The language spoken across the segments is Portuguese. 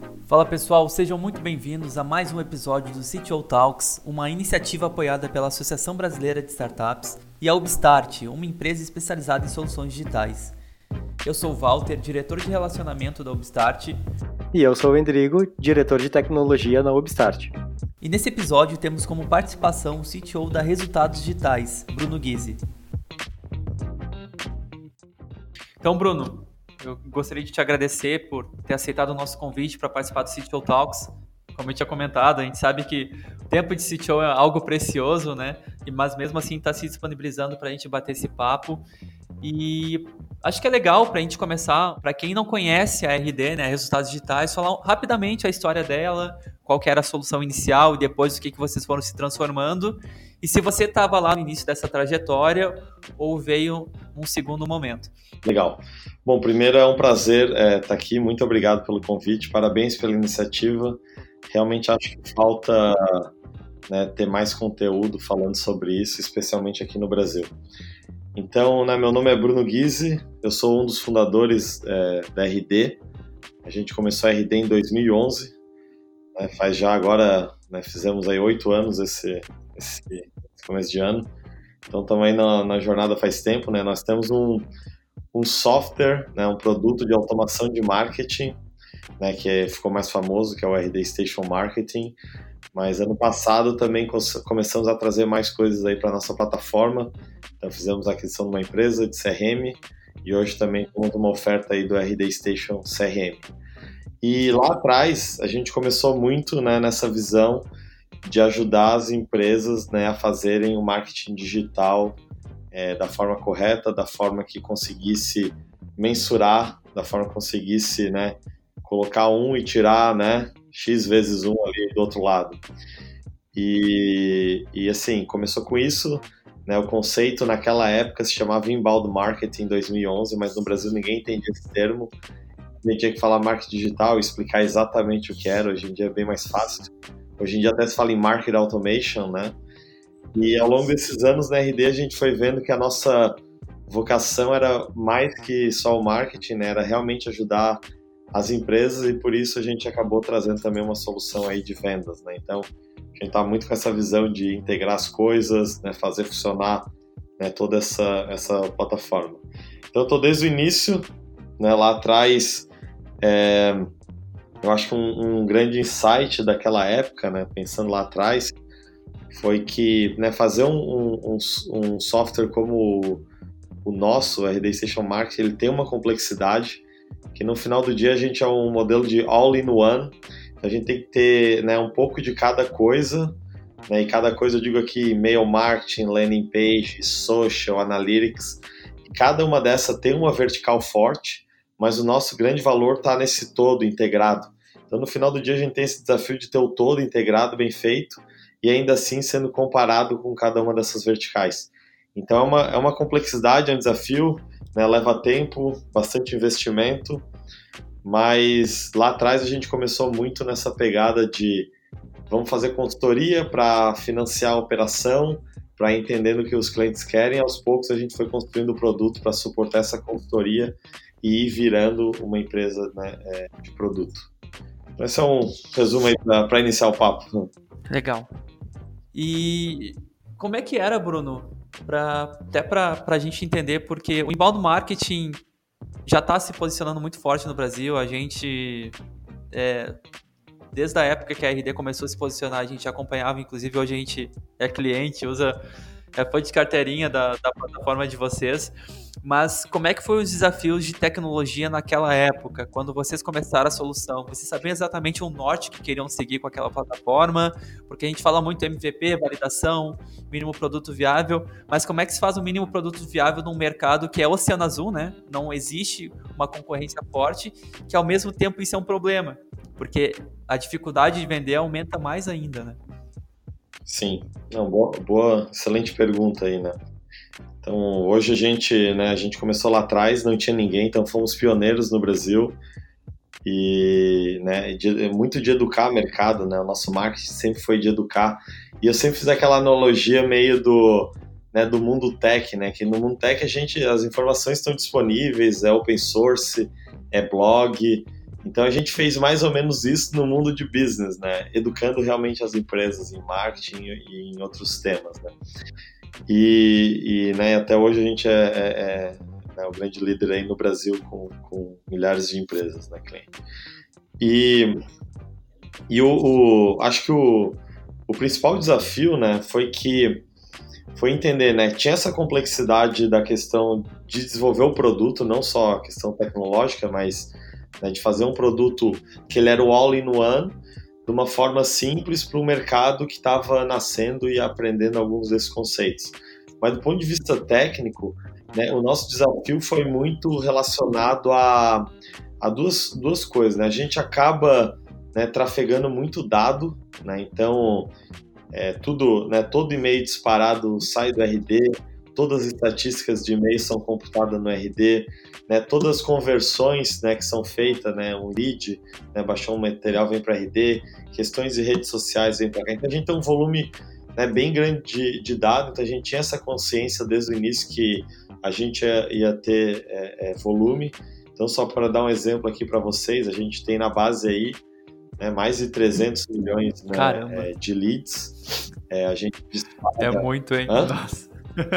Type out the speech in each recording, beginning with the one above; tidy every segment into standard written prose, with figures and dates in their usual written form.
Fala pessoal, sejam muito bem-vindos a mais um episódio do CTO Talks, uma iniciativa apoiada pela Associação Brasileira de Startups e a Ubstart, uma empresa especializada em soluções digitais. Eu sou o Walter, diretor de relacionamento da Ubstart. E eu sou o Endrigo, diretor de tecnologia na Ubstart. E nesse episódio temos como participação o CTO da Resultados Digitais, Bruno Guizzi. Então, Bruno, eu gostaria de te agradecer por ter aceitado o nosso convite para participar do CTO Talks. Como eu tinha comentado, a gente sabe que o tempo de CTO é algo precioso, né? Mas mesmo assim está se disponibilizando para a gente bater esse papo. E acho que é legal para a gente começar, para quem não conhece a RD, né, Resultados Digitais, falar rapidamente a história dela, qual que era a solução inicial e depois o que vocês foram se transformando. E se você estava lá no início dessa trajetória ou veio num segundo momento. Legal. Bom, primeiro é um prazer estar aqui. Muito obrigado pelo convite. Parabéns pela iniciativa. Realmente acho que falta ter mais conteúdo falando sobre isso, especialmente aqui no Brasil. Então, meu nome é Bruno Guizzi, eu sou um dos fundadores da RD. A gente começou a RD em 2011, faz já agora, fizemos aí 8 anos esse começo de ano. Então, estamos aí na jornada faz tempo, né? Nós temos um software, um produto de automação de marketing, que ficou mais famoso, que é o RD Station Marketing. Mas ano passado também começamos a trazer mais coisas aí para nossa plataforma. Então fizemos a aquisição de uma empresa de CRM e hoje também temos uma oferta aí do RD Station CRM. E lá atrás a gente começou muito nessa visão de ajudar as empresas a fazerem o marketing digital da forma correta, da forma que conseguisse mensurar, da forma que conseguisse colocar um e tirar X vezes um ali do outro lado. E assim, começou com isso, o conceito naquela época se chamava Inbound Marketing em 2011, mas no Brasil ninguém entendia esse termo. A gente tinha que falar marketing digital e explicar exatamente o que era. Hoje em dia é bem mais fácil. Hoje em dia até se fala em Market Automation, E ao longo desses anos na RD a gente foi vendo que a nossa vocação era mais que só o marketing, Era realmente ajudar as empresas e por isso a gente acabou trazendo também uma solução aí de vendas, Então, a gente está muito com essa visão de integrar as coisas, fazer funcionar toda essa plataforma. Então, eu estou desde o início, lá atrás, eu acho que um grande insight daquela época, pensando lá atrás, foi que fazer um software como o nosso, o RD Station Marketing, ele tem uma complexidade que no final do dia a gente é um modelo de all-in-one, a gente tem que ter um pouco de cada coisa, e cada coisa eu digo aqui, email marketing, landing page, social, analytics, e cada uma dessas tem uma vertical forte, mas o nosso grande valor está nesse todo integrado. Então no final do dia a gente tem esse desafio de ter o todo integrado, bem feito, e ainda assim sendo comparado com cada uma dessas verticais. Então é uma complexidade, é um desafio, leva tempo, bastante investimento, mas lá atrás a gente começou muito nessa pegada de vamos fazer consultoria para financiar a operação, para entender o que os clientes querem. Aos poucos a gente foi construindo o produto para suportar essa consultoria e ir virando uma empresa de produto. Então esse é um resumo aí para iniciar o papo. Legal. E como é que era, Bruno? Até para a gente entender, porque o inbound marketing já está se posicionando muito forte no Brasil. A gente, desde a época que a RD começou a se posicionar, a gente acompanhava, inclusive hoje a gente é cliente, foi de carteirinha da plataforma de vocês. Mas como é que foram os desafios de tecnologia naquela época, quando vocês começaram a solução? Vocês sabiam exatamente o norte que queriam seguir com aquela plataforma? Porque a gente fala muito MVP, validação, mínimo produto viável, mas como é que se faz o mínimo produto viável num mercado que é oceano azul, Não existe uma concorrência forte, que ao mesmo tempo isso é um problema, porque a dificuldade de vender aumenta mais ainda, Sim, boa, excelente pergunta aí, Então, hoje a gente começou lá atrás, não tinha ninguém, então fomos pioneiros no Brasil e muito de educar o mercado, O nosso marketing sempre foi de educar e eu sempre fiz aquela analogia meio do mundo tech, Que no mundo tech as informações estão disponíveis, é open source, é blog Então a gente fez mais ou menos isso no mundo de business, né? Educando realmente as empresas em marketing e em outros temas, né? Né, até hoje a gente é o grande líder aí no Brasil com milhares de empresas, né, cliente. Acho que o principal desafio, né, foi entender, né, tinha essa complexidade da questão de desenvolver o produto, não só a questão tecnológica, mas, né, de fazer um produto que ele era o all-in-one, de uma forma simples para o mercado que estava nascendo e aprendendo alguns desses conceitos. Mas do ponto de vista técnico, né, o nosso desafio foi muito relacionado a duas coisas, né? A gente acaba, né, trafegando muito dado, né? Então tudo, né, todo e-mail disparado sai do RD, todas as estatísticas de e-mail são computadas no RD, né, todas as conversões, né, que são feitas, né, um lead, né, baixou um material, vem para RD, questões de redes sociais vem para cá. Então a gente tem um volume, né, bem grande de dados, então a gente tinha essa consciência desde o início que a gente ia ter volume. Então, só para dar um exemplo aqui para vocês, a gente tem na base aí, né, mais de 300 milhões, né, de leads. A gente dispara... É muito, hein? Hã? Nossa.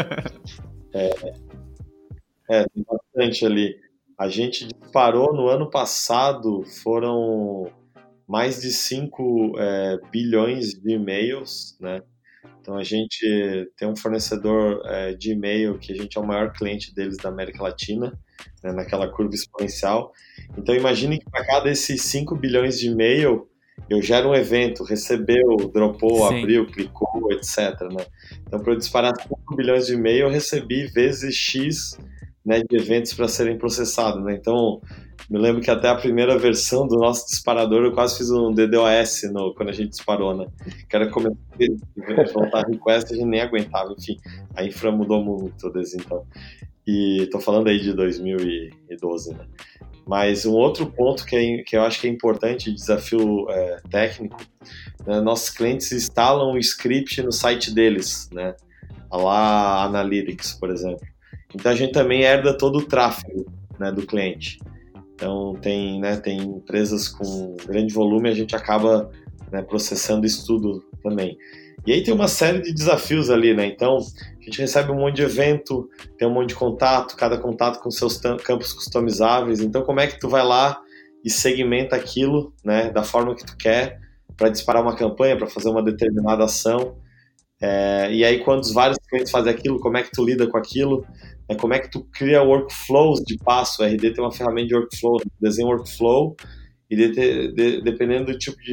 Tem bastante ali. A gente disparou no ano passado, foram mais de 5 bilhões de e-mails, né? Então a gente tem um fornecedor de e-mail que a gente é o maior cliente deles da América Latina, né, naquela curva exponencial. Então imagine que para cada esses 5 bilhões de e-mail, eu gero um evento, recebeu, dropou, Sim. abriu, clicou, etc. Né? Então para eu disparar 5 bilhões de e-mail, eu recebi vezes X, né, de eventos para serem processados. Né? Então me lembro que até a primeira versão do nosso disparador eu quase fiz um DDoS quando a gente disparou, né? Que era começar a voltar request, a gente nem aguentava, enfim. A infra mudou muito desde então. E tô falando aí de 2012, né? Mas um outro ponto que eu acho que é importante, desafio técnico, né? Nossos clientes instalam o script no site deles, né? Lá Analytics, por exemplo. Então a gente também herda todo o tráfego, né, do cliente. Então, tem empresas com grande volume, a gente acaba, né, processando isso tudo também. E aí tem uma série de desafios ali, né? Então, a gente recebe um monte de evento, tem um monte de contato, cada contato com seus campos customizáveis. Então, como é que tu vai lá e segmenta aquilo, né, da forma que tu quer, para disparar uma campanha, para fazer uma determinada ação? E aí, quando os vários clientes fazem aquilo, como é que tu lida com aquilo? Como é que tu cria workflows de passo? O RD tem uma ferramenta de workflow, desenha um workflow e dependendo do tipo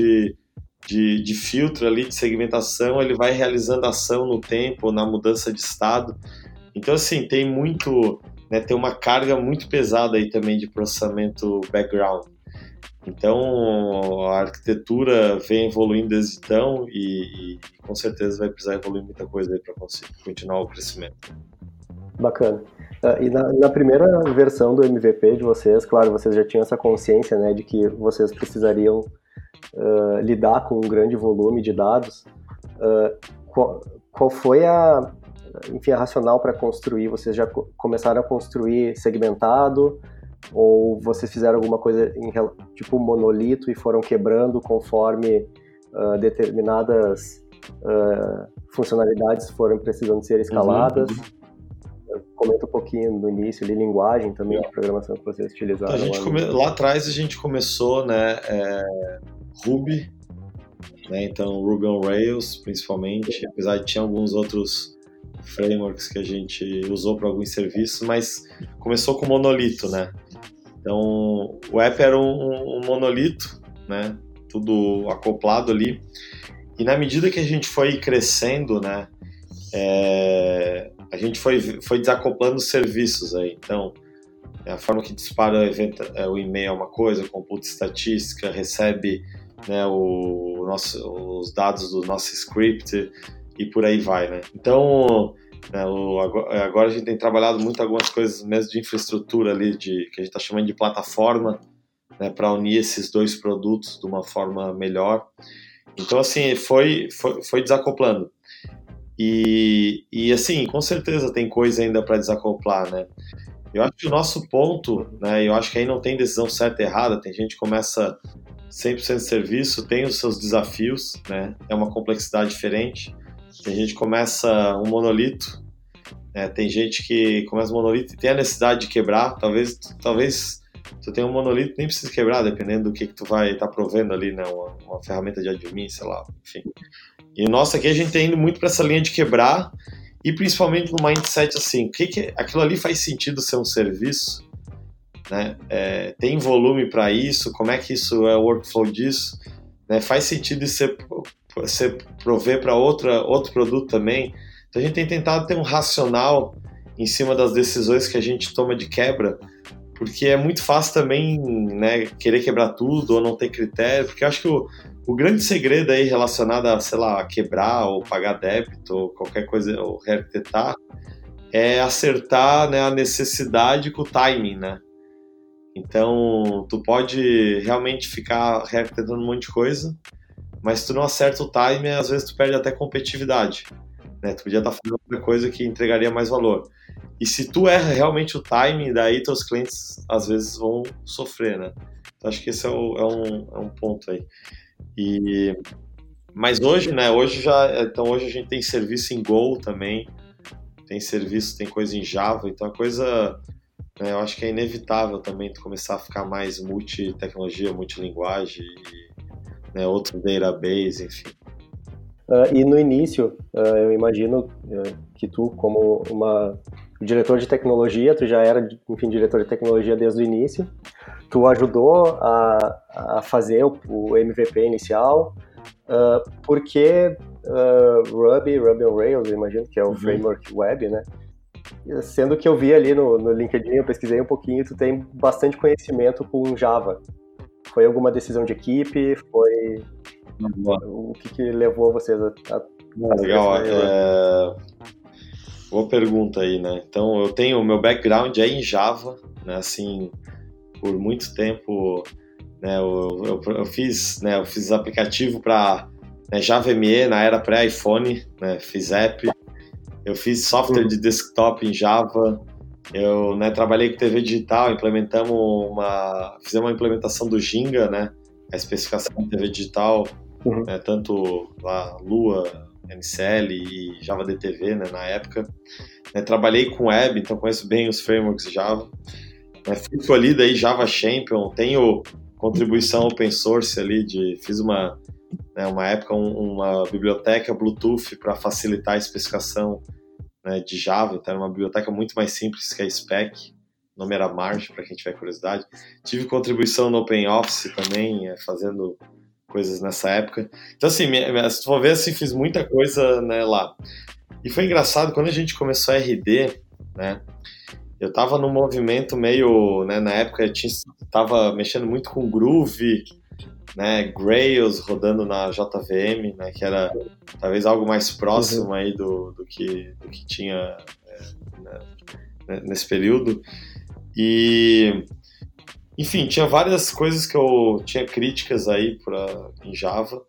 de filtro ali, de segmentação, ele vai realizando ação no tempo ou na mudança de estado. Então, assim, tem muito, né, tem uma carga muito pesada aí também de processamento background. Então, a arquitetura vem evoluindo desde então e com certeza vai precisar evoluir muita coisa aí para conseguir continuar o crescimento. Bacana. E na primeira versão do MVP de vocês, claro, vocês já tinham essa consciência, né, de que vocês precisariam lidar com um grande volume de dados. Qual foi a racional para construir? Vocês já começaram a construir segmentado? Ou vocês fizeram alguma coisa tipo monolito e foram quebrando conforme determinadas funcionalidades foram precisando ser escaladas? Comenta um pouquinho no início ali, linguagem também de programação que vocês utilizaram. Lá atrás a gente começou, né, Ruby, né, então Ruby on Rails principalmente, apesar de tinha alguns outros frameworks que a gente usou para alguns serviços, mas começou com monolito, né? Então o app era um monolito, né, tudo acoplado ali, e na medida que a gente foi crescendo, né, a gente foi desacoplando os serviços aí. Então, a forma que dispara o e-mail é uma coisa, computa estatística, recebe, né, os dados do nosso script e por aí vai, né? Então, né, agora a gente tem trabalhado muito algumas coisas mesmo de infraestrutura ali, que a gente está chamando de plataforma, né, para unir esses dois produtos de uma forma melhor. Então, assim, foi desacoplando. E assim, com certeza tem coisa ainda para desacoplar, né? Eu acho que o nosso ponto, né, eu acho que aí não tem decisão certa e errada, tem gente que começa 100% de serviço, tem os seus desafios, né, é uma complexidade diferente. Tem gente que começa um monolito, né, tem gente que começa um monolito e tem a necessidade de quebrar, talvez tu tenha um monolito nem precisa quebrar, dependendo do que tu vai estar provendo ali, né, uma ferramenta de admin, sei lá, enfim. E nossa, aqui a gente tá indo muito para essa linha de quebrar, e principalmente no mindset assim, aquilo ali faz sentido ser um serviço, né? Tem volume para isso? Como é que isso é o workflow disso? Né? Faz sentido você prover para outro produto também? Então a gente tem tentado ter um racional em cima das decisões que a gente toma de quebra, porque é muito fácil também, né, querer quebrar tudo ou não ter critério, porque eu acho que o grande segredo aí relacionado a, sei lá, quebrar ou pagar débito ou qualquer coisa, ou rearquitetar, é acertar, né, a necessidade com o timing, né? Então, tu pode realmente ficar rearquitetando um monte de coisa, mas se tu não acerta o timing, às vezes tu perde até competitividade, né? Tu podia estar fazendo outra coisa que entregaria mais valor. E se tu erra realmente o timing, daí teus clientes às vezes vão sofrer, né? Então, acho que esse é um ponto aí. Mas hoje, né? Hoje a gente tem serviço em Go também, tem coisa em Java, então a coisa, né, eu acho que é inevitável também tu começar a ficar mais multi-tecnologia, multilinguagem, né, outro database, enfim. E no início, eu imagino que tu, como diretor de tecnologia, tu já era, enfim, diretor de tecnologia desde o início, tu ajudou a fazer o MVP inicial, porque Ruby on Rails, eu imagino que é o framework web, né? Sendo que eu vi ali no LinkedIn, eu pesquisei um pouquinho, tu tem bastante conhecimento com Java. Foi alguma decisão de equipe? Foi... O que levou vocês a legal, boa pergunta aí, né? Então, o meu background é em Java, né? Assim, por muito tempo, né? Eu fiz aplicativo para, né, Java ME na era pré-iPhone, né? Fiz app, eu fiz software de desktop em Java, eu, né, trabalhei com TV digital, fizemos uma implementação do Ginga, né? A especificação de TV digital, né, tanto lá Lua, MCL e Java DTV, né, na época. Trabalhei com web, então conheço bem os frameworks Java. Fui escolhido aí Java Champion, tenho contribuição open source ali, fiz uma época uma biblioteca Bluetooth para facilitar a especificação, né, de Java, então era uma biblioteca muito mais simples que a Spec, o nome era Marge, para quem tiver curiosidade. Tive contribuição no OpenOffice também, fazendo coisas nessa época. Então, assim, se tu for ver, assim, fiz muita coisa, né, lá. E foi engraçado, quando a gente começou a RD, né, eu tava num movimento meio, né, na época eu tava mexendo muito com Groove, né, Grails rodando na JVM, né, que era talvez algo mais próximo aí do que tinha, né, nesse período. E, enfim, tinha várias coisas que eu tinha críticas aí em Java,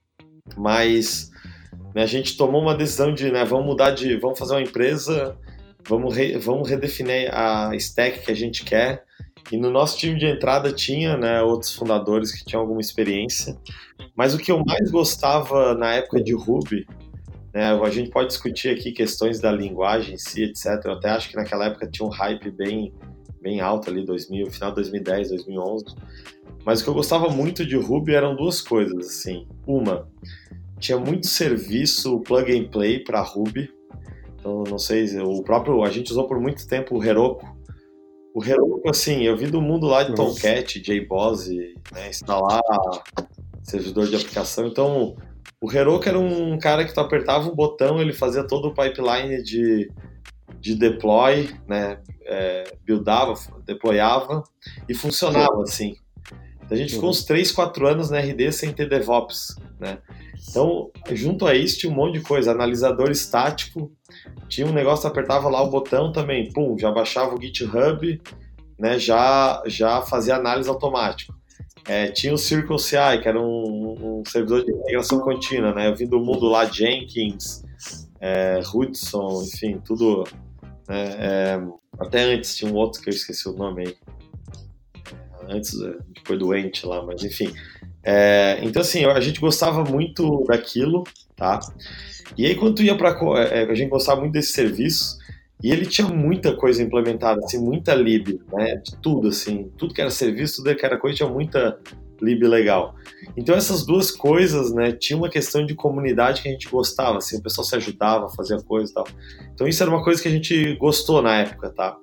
mas, né, a gente tomou uma decisão de, né, vamos fazer uma empresa, vamos redefinir a stack que a gente quer. E no nosso time de entrada tinha, né, outros fundadores que tinham alguma experiência, mas o que eu mais gostava na época de Ruby, né, a gente pode discutir aqui questões da linguagem em si, etc. Eu até acho que naquela época tinha um hype bem alto ali, final de 2010, 2011. Mas o que eu gostava muito de Ruby eram duas coisas, assim. Uma, tinha muito serviço plug and play para Ruby. Então, não sei, a gente usou por muito tempo o Heroku. O Heroku, assim, eu vi do mundo lá de Tomcat, JBoss, né, instalar servidor de aplicação. Então, o Heroku era um cara que tu apertava um botão, ele fazia todo o pipeline de deploy, né, buildava, deployava e funcionava, assim. Então, a gente ficou uns 3, 4 anos na RD sem ter DevOps, né. Então, junto a isso, tinha um monte de coisa, analisador estático, tinha um negócio que apertava lá o botão também, pum, já baixava o GitHub, né, já fazia análise automática. Tinha o Circle CI, que era um servidor de integração contínua, né, eu vim do mundo lá, Jenkins, Hudson, enfim, tudo, né, Até antes, tinha um outro que eu esqueci o nome aí. Antes, depois do Ent lá, mas enfim. Então, assim, a gente gostava muito daquilo, tá? E aí, quando tu ia a gente gostava muito desse serviço, e ele tinha muita coisa implementada, assim, muita lib, né? De tudo, assim, tudo que era serviço, tudo que era coisa, tinha muita lib legal. Então, essas duas coisas, né, tinha uma questão de comunidade que a gente gostava, assim, o pessoal se ajudava, fazia coisa e tal. Então, isso era uma coisa que a gente gostou na época, tá?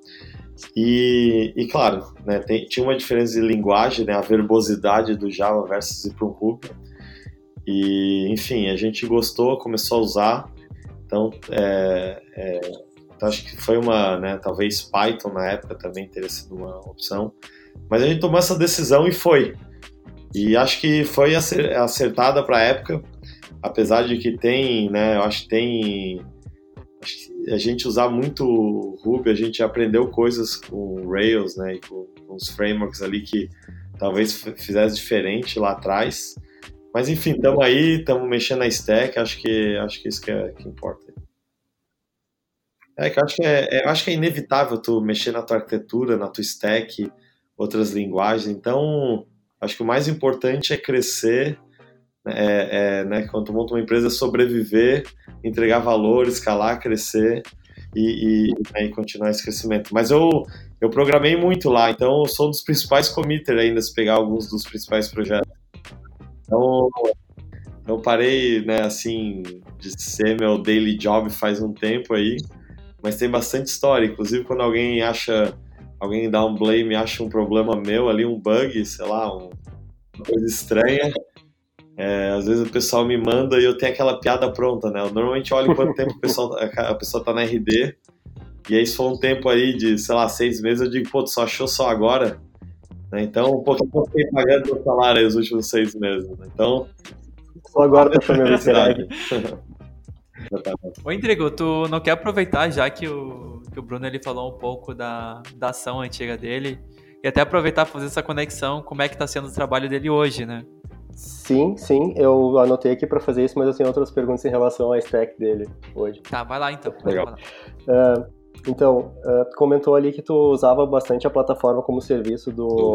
E claro, né, tinha uma diferença de linguagem, né, a verbosidade do Java versus ir para o Ruby. E, enfim, a gente gostou, começou a usar. Então, então acho que foi né, talvez Python na época também teria sido uma opção. Mas a gente tomou essa decisão e foi. E acho que foi acertada para a época, apesar de que tem, né, eu acho que a gente usar muito Ruby, a gente aprendeu coisas com Rails, né, e com os frameworks ali que talvez fizesse diferente lá atrás. Mas enfim, estamos aí, estamos mexendo na stack, acho que isso que importa. Que eu acho que é inevitável tu mexer na tua arquitetura, na tua stack, outras linguagens. Então, acho que o mais importante é crescer, né, quando tu monta uma empresa, sobreviver, entregar valor, escalar, crescer e continuar esse crescimento. Mas eu programei muito lá, então eu sou um dos principais committers ainda, se pegar alguns dos principais projetos. Então, eu parei, né, assim, de ser meu daily job faz um tempo aí, mas tem bastante história. Inclusive, quando alguém dá um blame, acha um problema meu ali, um bug, sei lá, uma coisa estranha, às vezes o pessoal me manda e eu tenho aquela piada pronta, né? Eu normalmente olho quanto tempo a pessoa tá na RD, e aí se for um tempo aí de, sei lá, 6 meses, eu digo, pô, tu só achou só agora? Né? Então, um pouquinho eu fiquei pagando meu salário aí os últimos 6 meses. Né? Então, só agora tá chamando esse lag. Ô, Indrigo, tu não quer aproveitar já que o Bruno ele falou um pouco da ação antiga dele e até aproveitar para fazer essa conexão, como é que tá sendo o trabalho dele hoje, né? Sim, eu anotei aqui para fazer isso, mas eu tenho outras perguntas em relação à stack dele hoje. Tá, vai lá então. Legal. Então, tu comentou ali que tu usava bastante a plataforma como serviço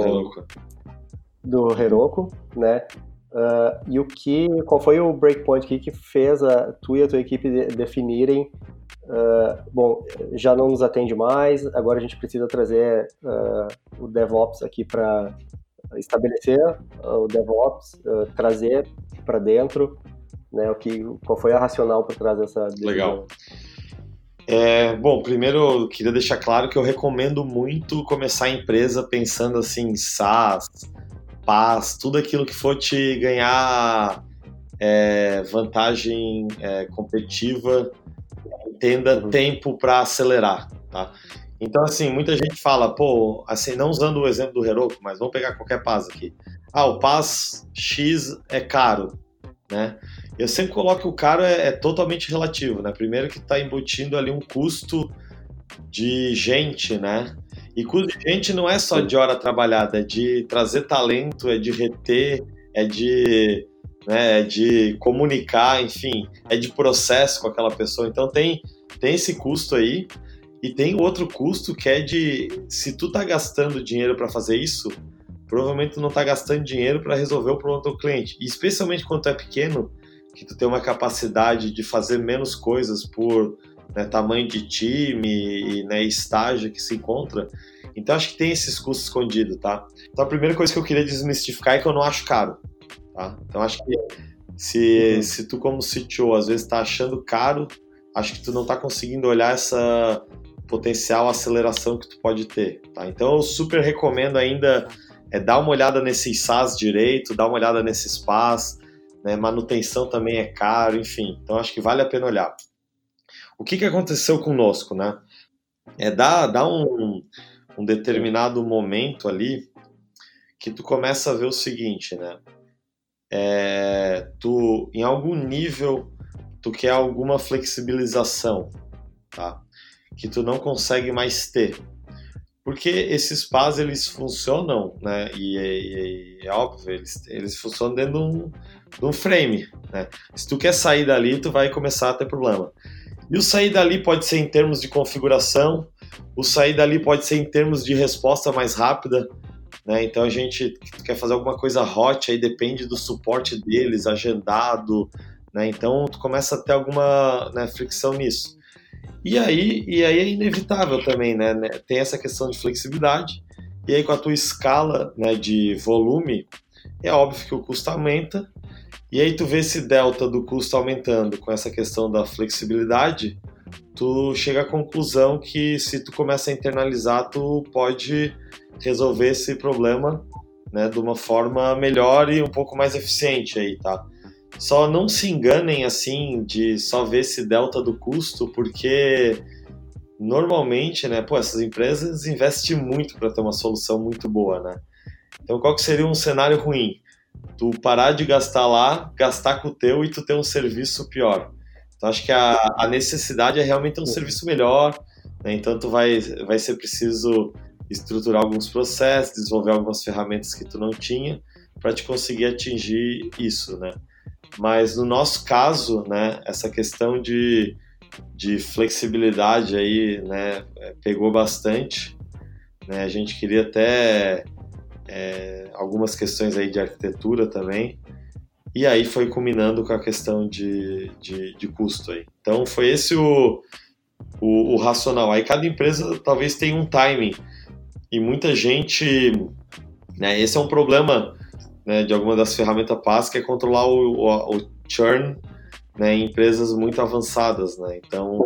do Heroku, né? E qual foi o breakpoint que fez tu e a tua equipe definirem, bom, já não nos atende mais, agora a gente precisa trazer o DevOps aqui para estabelecer o DevOps, trazer para dentro, né? Qual foi a racional por trás dessa decisão? Legal. Bom, primeiro eu queria deixar claro que eu recomendo muito começar a empresa pensando assim em SaaS, PaaS, tudo aquilo que for te ganhar vantagem competitiva, tenda tempo para acelerar, tá? Então, assim, muita gente fala, pô, assim, não usando o exemplo do Heroku, mas vamos pegar qualquer PaaS aqui. O PaaS X é caro, né? Eu sempre coloco que o caro é totalmente relativo, né? Primeiro que está embutindo ali um custo de gente, né? E custo de gente não é só de hora trabalhada, é de trazer talento, é de reter, é de comunicar, enfim, é de processo com aquela pessoa. Então tem esse custo aí. E tem outro custo que é se tu tá gastando dinheiro para fazer isso, provavelmente tu não tá gastando dinheiro para resolver o problema do teu cliente. E especialmente quando tu é pequeno, que tu tem uma capacidade de fazer menos coisas por tamanho de time e estágio que se encontra. Então acho que tem esses custos escondidos, tá? Então a primeira coisa que eu queria desmistificar é que eu não acho caro, tá? Então acho que se tu como CTO às vezes tá achando caro, acho que tu não tá conseguindo olhar essa potencial aceleração que tu pode ter, tá? Então eu super recomendo ainda dar uma olhada nesses SaaS direito, dar uma olhada nesses PaaS, né? Manutenção também é caro, enfim. Então acho que vale a pena olhar. O que aconteceu conosco, né? Dá um determinado momento ali que tu começa a ver o seguinte, né? Tu, em algum nível, tu quer alguma flexibilização, tá? Que tu não consegue mais ter. Porque esses PaaS, eles funcionam, né? E é óbvio, eles funcionam dentro de um frame, né? Se tu quer sair dali, tu vai começar a ter problema. E o sair dali pode ser em termos de configuração, O sair dali pode ser em termos de resposta mais rápida, né? Então a gente quer fazer alguma coisa hot, aí depende do suporte deles, agendado, né? Então tu começa a ter alguma, né, fricção nisso. E aí é inevitável também, né? Tem essa questão de flexibilidade, e aí com a tua escala, né, de volume, é óbvio que o custo aumenta, e aí tu vê esse delta do custo aumentando com essa questão da flexibilidade, tu chega à conclusão que se tu começa a internalizar, tu pode resolver esse problema, né, de uma forma melhor e um pouco mais eficiente aí, tá? Só não se enganem assim de só ver esse delta do custo, porque normalmente, né, essas empresas investem muito para ter uma solução muito boa, né? Então qual que seria um cenário ruim? Tu parar de gastar lá, gastar com o teu e tu ter um serviço pior. Então acho que a necessidade é realmente ter um serviço melhor, né? Então tu vai ser preciso estruturar alguns processos, desenvolver algumas ferramentas que tu não tinha para te conseguir atingir isso, né? Mas no nosso caso, né, essa questão de flexibilidade aí, né, pegou bastante, né? A gente queria até algumas questões aí de arquitetura também, e aí foi culminando com a questão de custo aí. Então foi esse o racional. Aí cada empresa talvez tenha um timing, e muita gente, né, esse é um problema, né, de alguma das ferramentas PaaS, que é controlar o churn, né, em empresas muito avançadas, né? Então,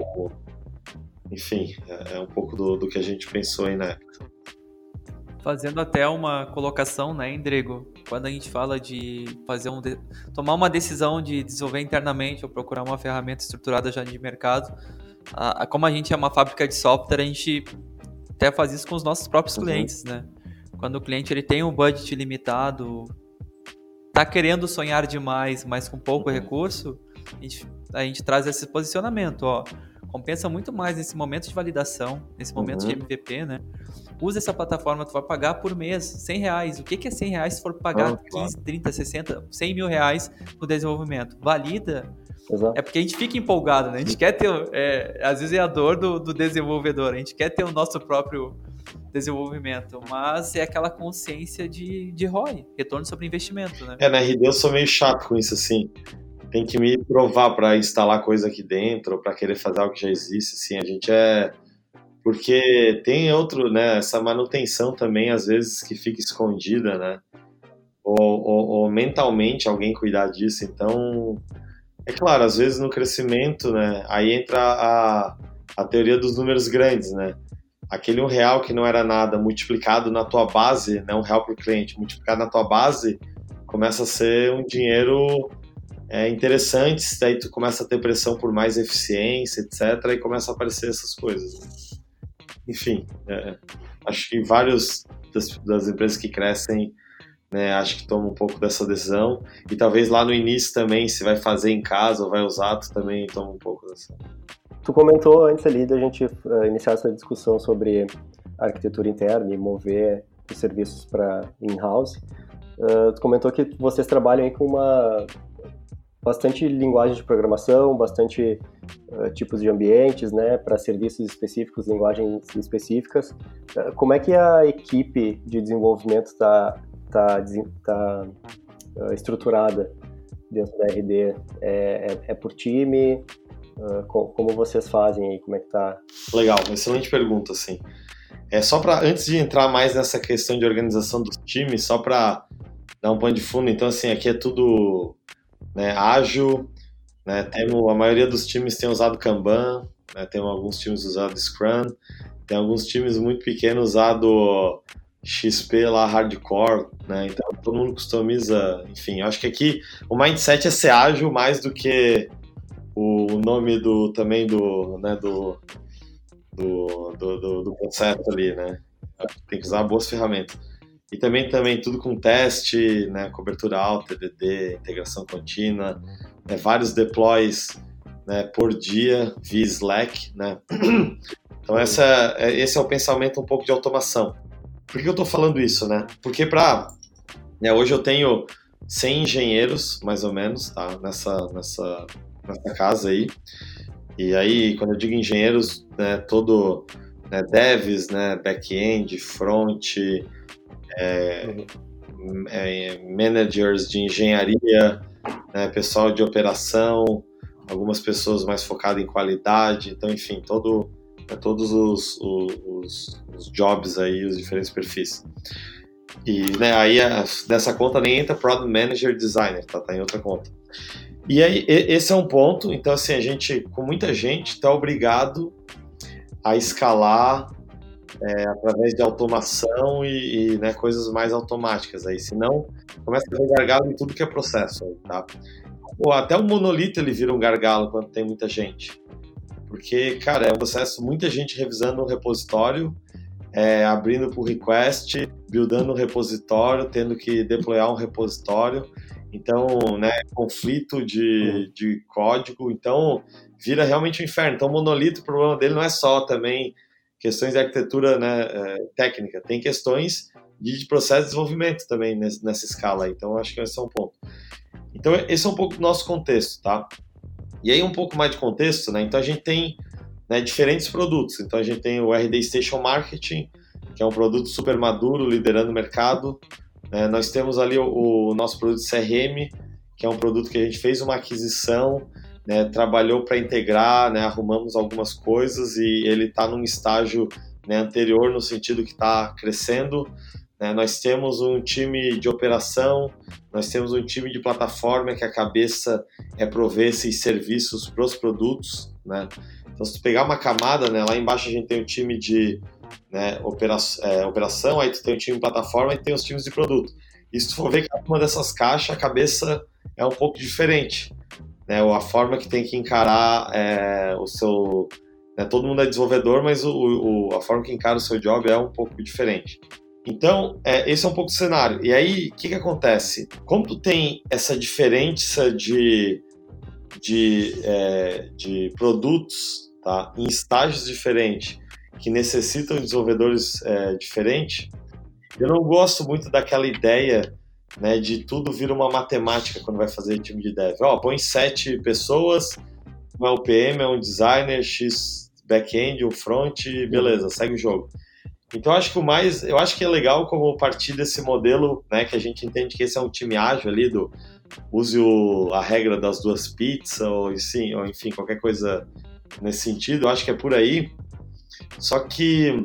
enfim, é um pouco do que a gente pensou aí na época. Fazendo até uma colocação, né, Indrego? Quando a gente fala de fazer tomar uma decisão de desenvolver internamente ou procurar uma ferramenta estruturada já de mercado, como a gente é uma fábrica de software, a gente até faz isso com os nossos próprios clientes, né? Quando o cliente ele tem um budget limitado, tá querendo sonhar demais, mas com pouco recurso, a gente traz esse posicionamento, ó. Compensa muito mais nesse momento de validação, nesse momento de MVP, né? Usa essa plataforma, tu vai pagar por mês R$100. O que é R$100 se for pagar 15, 30, 60, 100 mil reais no desenvolvimento? Valida. Exato. É porque a gente fica empolgado, né? A gente quer ter, às vezes é a dor do desenvolvedor, a gente quer ter o nosso próprio desenvolvimento, mas é aquela consciência de ROI, retorno sobre investimento, né? Na RD eu sou meio chato com isso, assim. Tem que me provar para instalar coisa aqui dentro, ou para querer fazer algo que já existe, assim. A gente porque tem outro, né? Essa manutenção também, às vezes, que fica escondida, né? Ou mentalmente alguém cuidar disso. Então, é claro, às vezes no crescimento, né? Aí entra a teoria dos números grandes, né? Aquele R$1 que não era nada multiplicado na tua base, né? R$1 por cliente multiplicado na tua base, começa a ser um dinheiro interessante. Daí tu começa a ter pressão por mais eficiência, etc. E começa a aparecer essas coisas, né? Enfim, acho que vários das empresas que crescem, né, acho que tomam um pouco dessa decisão, e talvez lá no início também, se vai fazer em casa ou vai usar, tu também toma um pouco dessa. Tu comentou antes ali da gente iniciar essa discussão sobre arquitetura interna e mover os serviços para in-house. Tu comentou que vocês trabalham aí com bastante linguagem de programação, bastante tipos de ambientes, né, para serviços específicos, linguagens específicas. Como é que a equipe de desenvolvimento está estruturada dentro da RD? É por time? Como vocês fazem aí? Como é que tá? Legal, excelente pergunta, assim. Só para, antes de entrar mais nessa questão de organização dos times, só para dar um pano de fundo, então, assim, aqui é tudo, né, ágil, né, a maioria dos times tem usado Kanban, né, tem alguns times usado Scrum, tem alguns times muito pequenos usado XP lá, hardcore, né, então todo mundo customiza, enfim, eu acho que aqui o mindset é ser ágil mais do que o nome do processo ali, né, tem que usar boas ferramentas. E também tudo com teste, né, cobertura alta, TDD, integração contínua, né, vários deploys, né, por dia via Slack, né. Então esse é o pensamento um pouco de automação. Por que eu estou falando isso, né? Porque hoje eu tenho 100 engenheiros, mais ou menos, tá, nessa casa aí. E aí, quando eu digo engenheiros, né, todo né, devs, né, back-end, front, managers de engenharia, né, pessoal de operação, algumas pessoas mais focadas em qualidade, então, enfim, todos os jobs aí, os diferentes perfis. E, né, aí nessa conta nem entra Product Manager Designer, tá em outra conta. E aí esse é um ponto, então assim, a gente, com muita gente, está obrigado a escalar através de automação e né, coisas mais automáticas aí, senão começa a ver gargalo em tudo que é processo aí, tá? Ou até o monolito ele vira um gargalo quando tem muita gente, porque, cara, é um processo, muita gente revisando um repositório, abrindo por request, buildando um repositório, tendo que deployar um repositório, então, né, conflito de código, então vira realmente um inferno. Então, o monolito, o problema dele não é só também questões de arquitetura, né, técnica, tem questões de processo de desenvolvimento também nessa escala aí. Então, acho que esse é um ponto. Então, esse é um pouco do nosso contexto, tá? E aí, um pouco mais de contexto, né? Então, a gente tem, né, diferentes produtos. Então, a gente tem o RD Station Marketing, que é um produto super maduro, liderando o mercado. Nós temos ali o nosso produto CRM, que é um produto que a gente fez uma aquisição, né, trabalhou para integrar, né, arrumamos algumas coisas e ele está num estágio, né, anterior, no sentido que está crescendo. Nós temos um time de operação, nós temos um time de plataforma que a cabeça é prover esses serviços para os produtos, né? Então, se tu pegar uma camada, né, lá embaixo a gente tem o time de, né, operação, aí tu tem o time de plataforma e tem os times de produto. E se tu for ver cada uma dessas caixas, a cabeça é um pouco diferente, né? Ou a forma que tem que encarar o seu... Né, todo mundo é desenvolvedor, mas a forma que encara o seu job é um pouco diferente. Então, esse é um pouco o cenário. E aí, o que acontece? Como tu tem essa diferença de produtos, tá, em estágios diferentes, que necessitam de desenvolvedores diferentes, eu não gosto muito daquela ideia, né, de tudo vir uma matemática quando vai fazer time de dev. Põe 7 pessoas, um é um PM, é um designer, X back-end, um front, beleza, segue o jogo. Então, eu acho que é legal como partir desse modelo, né, que a gente entende que esse é um time ágil ali, use a regra das 2 pizzas, ou enfim, qualquer coisa nesse sentido, eu acho que é por aí. Só que,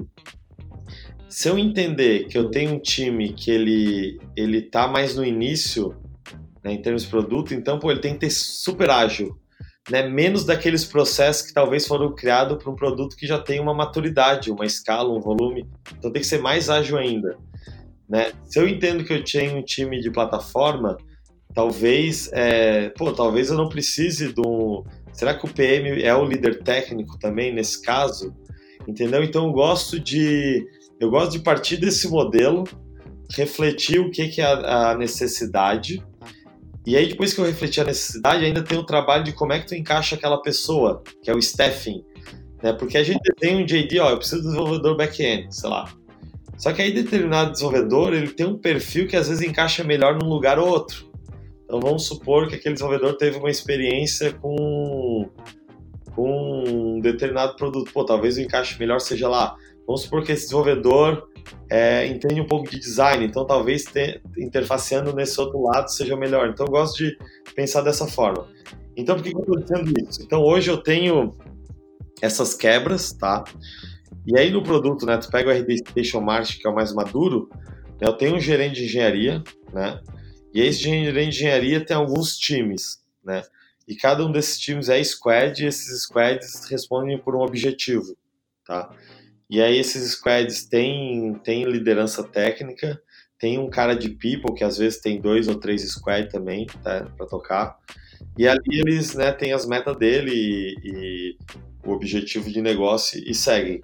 se eu entender que eu tenho um time que ele tá mais no início, né, em termos de produto, então, ele tem que ter super ágil, né, menos daqueles processos que talvez foram criados para um produto que já tem uma maturidade, uma escala, um volume. Então tem que ser mais ágil ainda, né? Se eu entendo que eu tenho um time de plataforma, talvez eu não precise Será que o PM é o líder técnico também nesse caso? Entendeu? Então eu gosto de partir desse modelo, refletir o que é a necessidade. E aí, depois que eu refleti a necessidade, ainda tem o trabalho de como é que tu encaixa aquela pessoa, que é o staffing, né? Porque a gente tem um JD, eu preciso de desenvolvedor back-end, sei lá. Só que aí determinado desenvolvedor, ele tem um perfil que às vezes encaixa melhor num lugar ou outro. Então vamos supor que aquele desenvolvedor teve uma experiência com um determinado produto. Talvez o encaixe melhor seja lá. Vamos supor que esse desenvolvedor entende um pouco de design, então talvez interfaceando nesse outro lado seja melhor. Então eu gosto de pensar dessa forma. Então por que eu estou dizendo isso? Então hoje eu tenho essas quebras, tá? E aí no produto, né, tu pega o RD Station Marketing, que é o mais maduro, né, eu tenho um gerente de engenharia, né? E esse gerente de engenharia tem alguns times, né? E cada um desses times é squad, e esses squads respondem por um objetivo, tá? E aí esses squads têm liderança técnica, tem um cara de people, que às vezes tem 2 ou 3 squads também, tá, para tocar. E ali eles, né, têm as metas dele e o objetivo de negócio e seguem.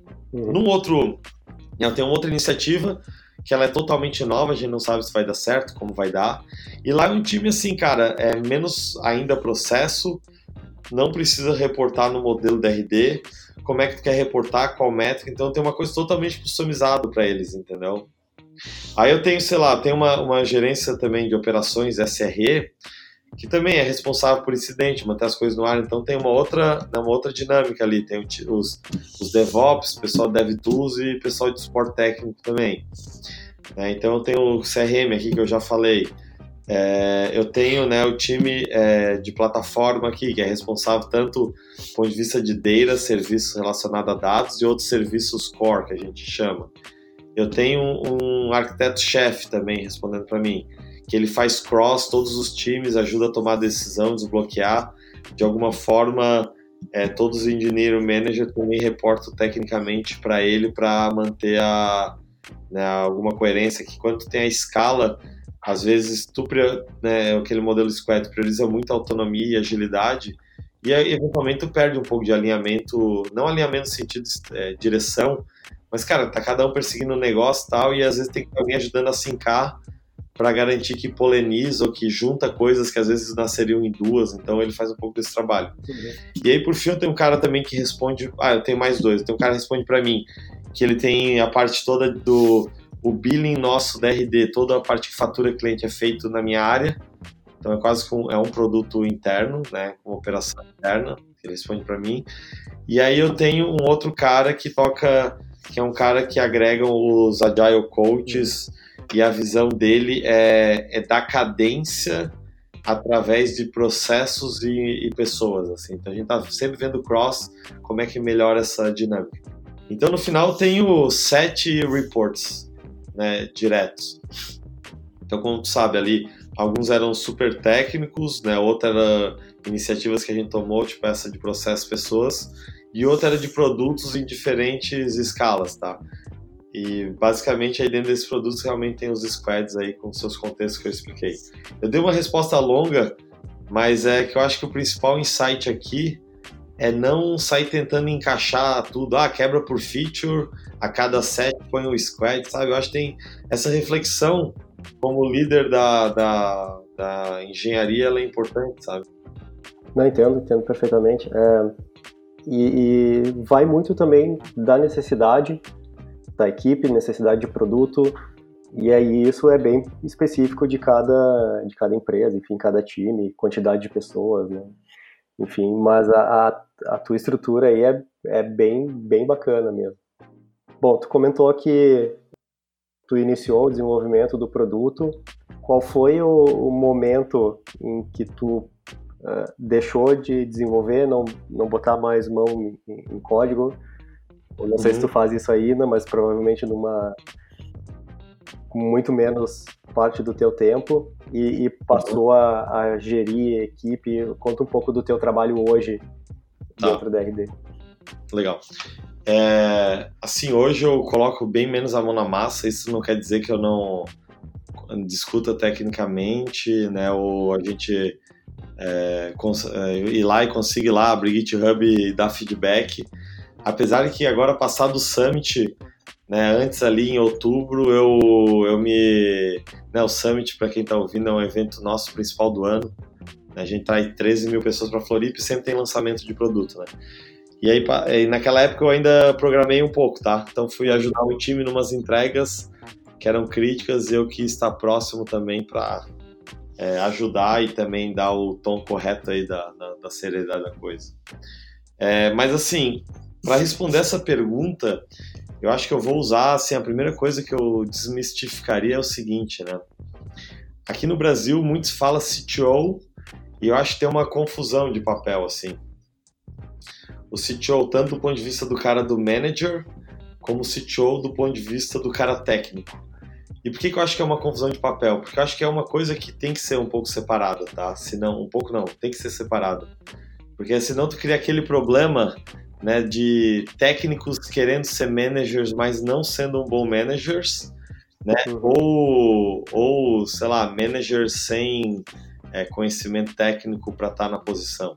Tem uma outra iniciativa que ela é totalmente nova, a gente não sabe se vai dar certo, como vai dar. E lá é um time assim, cara, é menos ainda processo, não precisa reportar no modelo DRD, como é que tu quer reportar, qual métrica, então tem uma coisa totalmente customizada para eles, entendeu? Aí eu tenho, sei lá, tem uma gerência também de operações SRE, que também é responsável por incidente, manter as coisas no ar. Então tem uma outra dinâmica ali. Tem os DevOps, pessoal de DevTools e pessoal de suporte técnico também. Então eu tenho o CRM aqui que eu já falei. Eu tenho, né, o time de plataforma aqui, que é responsável tanto do ponto de vista de data, serviços relacionados a dados e outros serviços core, que a gente chama. Eu tenho um arquiteto-chefe também respondendo para mim, que ele faz cross, todos os times, ajuda a tomar decisão, desbloquear. De alguma forma, todos os engineer manager também reportam tecnicamente para ele para manter alguma coerência, que quando tu tem a escala, às vezes aquele modelo squad prioriza muito autonomia e agilidade, e aí eventualmente tu perde um pouco de alinhamento, não alinhamento no sentido de direção, mas cara, tá cada um perseguindo um negócio e tal, e às vezes tem alguém ajudando a sincar para garantir que poliniza ou que junta coisas que às vezes nasceriam em duas, então ele faz um pouco desse trabalho. E aí por fim eu tenho um cara também que responde, eu tenho mais dois, tem um cara que responde para mim, que ele tem a parte toda o billing nosso da RD, toda a parte que fatura cliente é feito na minha área, então é quase que um produto interno, né, uma operação interna, ele responde para mim. E aí eu tenho um outro cara que é um cara que agrega os Agile Coaches, e a visão dele é dar cadência através de processos e pessoas, assim. Então a gente está sempre vendo cross, como é que melhora essa dinâmica. Então no final eu tenho 7 reports, né, diretos. Então como tu sabe ali, alguns eram super técnicos, né, outra era iniciativas que a gente tomou, tipo essa de processos pessoas, e outra era de produtos em diferentes escalas, tá? E basicamente aí dentro desses produtos realmente tem os squads aí com seus contextos que eu expliquei. Eu dei uma resposta longa, mas é que eu acho que o principal insight aqui é não sair tentando encaixar tudo, quebra por feature, a cada set põe um squad, sabe? Eu acho que tem essa reflexão como líder da engenharia, ela é importante, sabe? Não, entendo perfeitamente. E vai muito também da necessidade da equipe, necessidade de produto, e aí isso é bem específico de cada empresa, enfim, cada time, quantidade de pessoas, né? Enfim, mas a tua estrutura aí é bem bacana mesmo. Bom, tu comentou que tu iniciou o desenvolvimento do produto. Qual foi o momento em que tu deixou de desenvolver, não botar mais mão em código? Eu não sei se tu faz isso ainda, mas provavelmente com muito menos parte do teu tempo e passou a gerir a equipe. Conta um pouco do teu trabalho hoje dentro da RD. Legal. Assim, hoje eu coloco bem menos a mão na massa. Isso não quer dizer que eu não discuta tecnicamente, né, ou a gente ir lá e conseguir lá abrir GitHub e dar feedback. Apesar de que agora, passado o Summit, né, antes ali em outubro, o Summit, para quem está ouvindo, é um evento nosso principal do ano. A gente traz 13 mil pessoas para Floripa e sempre tem lançamento de produto, né? E aí, naquela época eu ainda programei um pouco, tá? Então fui ajudar o time em umas entregas que eram críticas e eu quis estar próximo também para ajudar e também dar o tom correto aí da seriedade da coisa. Mas assim, para responder essa pergunta, eu acho que eu vou usar, assim, a primeira coisa que eu desmistificaria é o seguinte, né? Aqui no Brasil, muitos falam CTO e eu acho que tem uma confusão de papel, assim. O CTO, tanto do ponto de vista do cara do manager, como o CTO do ponto de vista do cara técnico. E por que eu acho que é uma confusão de papel? Porque eu acho que é uma coisa que tem que ser um pouco separada, tá? Senão, um pouco não, tem que ser separada. Porque senão tu cria aquele problema, né, de técnicos querendo ser managers, mas não sendo um bom managers, né? Ou sei lá, managers sem conhecimento técnico para estar na posição.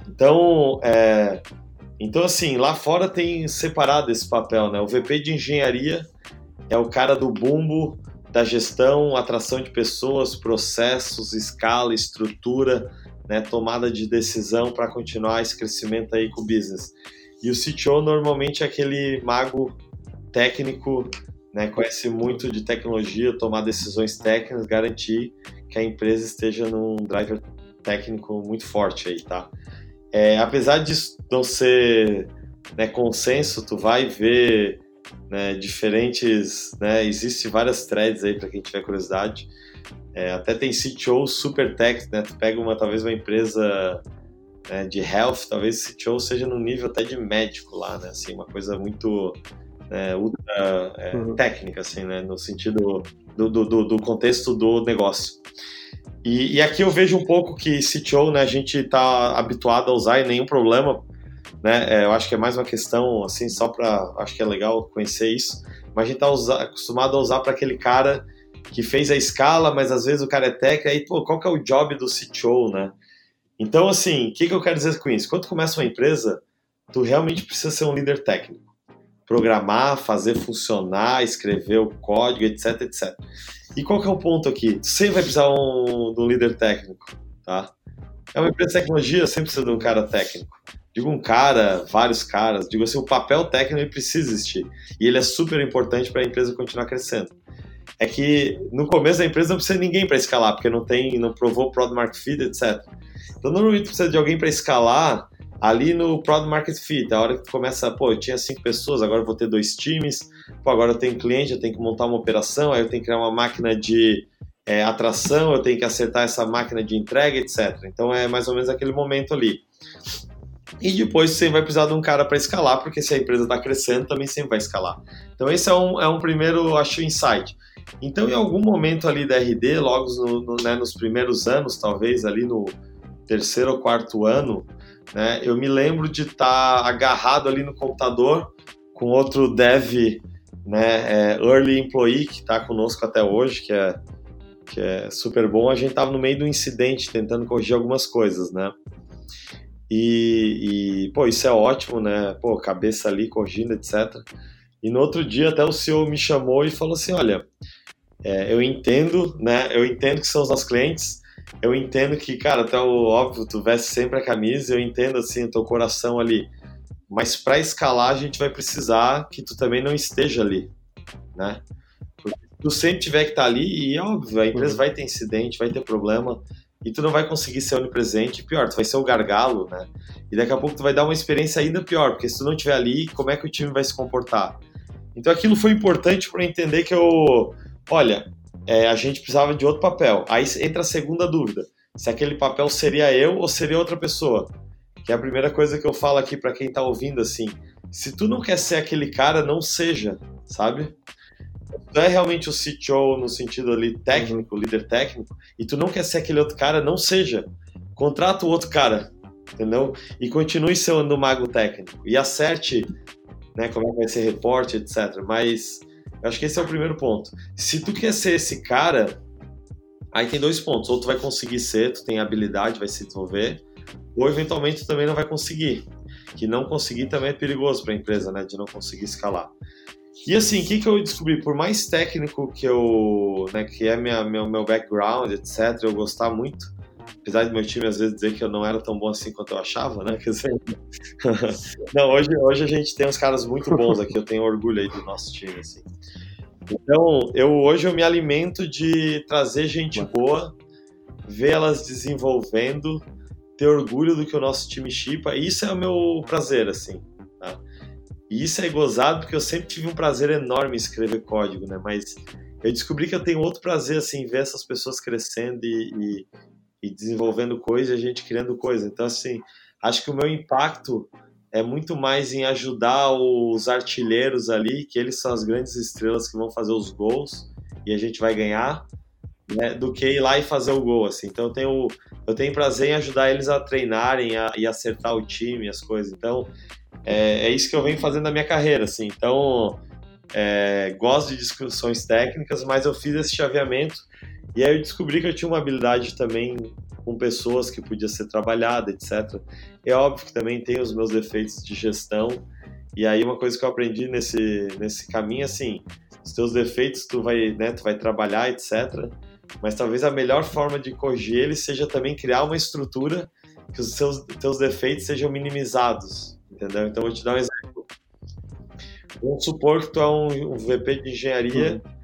Então, assim, lá fora tem separado esse papel, né? O VP de engenharia é o cara do bumbo, da gestão, atração de pessoas, processos, escala, estrutura, né, tomada de decisão para continuar esse crescimento aí com o business. E o CTO normalmente é aquele mago técnico, né, conhece muito de tecnologia, tomar decisões técnicas, garantir que a empresa esteja num driver técnico muito forte aí, tá? Apesar disso não ser, né, consenso, tu vai ver, né, diferentes, né, existem várias threads aí para quem tiver curiosidade. Até tem CTO super tech, né? Tu pega talvez uma empresa, né, de health, talvez o CTO seja no nível até de médico lá, né? Assim, uma coisa muito ultra técnica, assim, né? No sentido do contexto do negócio. E aqui eu vejo um pouco que CTO, né, a gente está habituado a usar e nenhum problema, né? Eu acho que é mais uma questão, assim, só para... Acho que é legal conhecer isso, mas a gente está acostumado a usar para aquele cara que fez a escala, mas às vezes o cara é técnico, aí, pô, qual que é o job do CTO, né? Então, assim, o que eu quero dizer com isso? Quando tu começa uma empresa, tu realmente precisa ser um líder técnico. Programar, fazer funcionar, escrever o código, etc, etc. E qual que é o ponto aqui? Tu sempre vai precisar de um líder técnico, tá? É uma empresa de tecnologia, sempre precisa de um cara técnico. Digo um cara, vários caras, digo assim, o papel técnico ele precisa existir. E ele é super importante para a empresa continuar crescendo. É que no começo da empresa não precisa de ninguém para escalar, porque não provou Product Market Fit, etc. Então normalmente precisa de alguém para escalar ali no Product Market Fit. A hora que tu começa, pô, eu tinha 5 pessoas, agora eu vou ter 2 times, pô, agora eu tenho cliente, eu tenho que montar uma operação, aí eu tenho que criar uma máquina de atração, eu tenho que acertar essa máquina de entrega, etc. Então é mais ou menos aquele momento ali. E depois você vai precisar de um cara para escalar, porque se a empresa está crescendo, também sempre vai escalar. Então esse é um primeiro, acho, insight. Então em algum momento ali da RD, logo né, nos primeiros anos, talvez ali no 3º ou 4º ano, né, eu me lembro de estar agarrado ali no computador com outro dev, né, early employee, que está conosco até hoje, que é super bom. A gente estava no meio do incidente, tentando corrigir algumas coisas, né? Pô, isso é ótimo, né? Pô, cabeça ali, corrigindo, etc. E no outro dia até o CEO me chamou e falou assim, olha, eu entendo, né? Eu entendo que são os nossos clientes, eu entendo que, cara, até o óbvio, tu veste sempre a camisa, eu entendo, assim, o teu coração ali, mas para escalar a gente vai precisar que tu também não esteja ali, né? Porque tu sempre tiver que estar ali e, óbvio, a empresa vai ter incidente, vai ter problema, e tu não vai conseguir ser onipresente, pior, tu vai ser o gargalo, né? E daqui a pouco tu vai dar uma experiência ainda pior, porque se tu não estiver ali, como é que o time vai se comportar? Então aquilo foi importante para entender que olha, a gente precisava de outro papel. Aí entra a segunda dúvida, se aquele papel seria eu ou seria outra pessoa? Que é a primeira coisa que eu falo aqui para quem tá ouvindo, assim, se tu não quer ser aquele cara, não seja, sabe? Tu é realmente o CTO no sentido ali técnico, líder técnico, e tu não quer ser aquele outro cara, não seja. Contrata o outro cara, entendeu? E continue sendo o mago técnico. E acerte, né, como é que vai ser reporte, etc. Mas eu acho que esse é o primeiro ponto. Se tu quer ser esse cara, aí tem 2 pontos. Ou tu vai conseguir ser, tu tem habilidade, vai se desenvolver, ou eventualmente tu também não vai conseguir. Que não conseguir também é perigoso para a empresa, né, de não conseguir escalar. E assim, o que eu descobri? Por mais técnico que né, que é meu background, etc., eu gostar muito, apesar de meu time às vezes dizer que eu não era tão bom assim quanto eu achava, né? Quer dizer, não, hoje a gente tem uns caras muito bons aqui, eu tenho orgulho aí do nosso time, assim. Então, hoje eu me alimento de trazer gente boa, ver elas desenvolvendo, ter orgulho do que o nosso time shippa, e isso é o meu prazer, assim, tá? E isso é gozado porque eu sempre tive um prazer enorme em escrever código, né? Mas eu descobri que eu tenho outro prazer, assim, ver essas pessoas crescendo e desenvolvendo coisa e a gente criando coisa. Então, assim, acho que o meu impacto é muito mais em ajudar os artilheiros ali, que eles são as grandes estrelas que vão fazer os gols e a gente vai ganhar, né, do que ir lá e fazer o gol, assim. Então, eu tenho prazer em ajudar eles a treinarem e acertar o time, as coisas. Então, é isso que eu venho fazendo na minha carreira, assim. Então, gosto de discussões técnicas, mas eu fiz esse chaveamento e aí eu descobri que eu tinha uma habilidade também com pessoas que podia ser trabalhada, etc. É óbvio que também tem os meus defeitos de gestão, e aí uma coisa que eu aprendi nesse caminho, assim, os teus defeitos tu vai trabalhar, etc. Mas talvez a melhor forma de corrigir eles seja também criar uma estrutura que os teus defeitos sejam minimizados, entendeu? Então, eu vou te dar um exemplo. Vamos supor que tu é um VP de engenharia,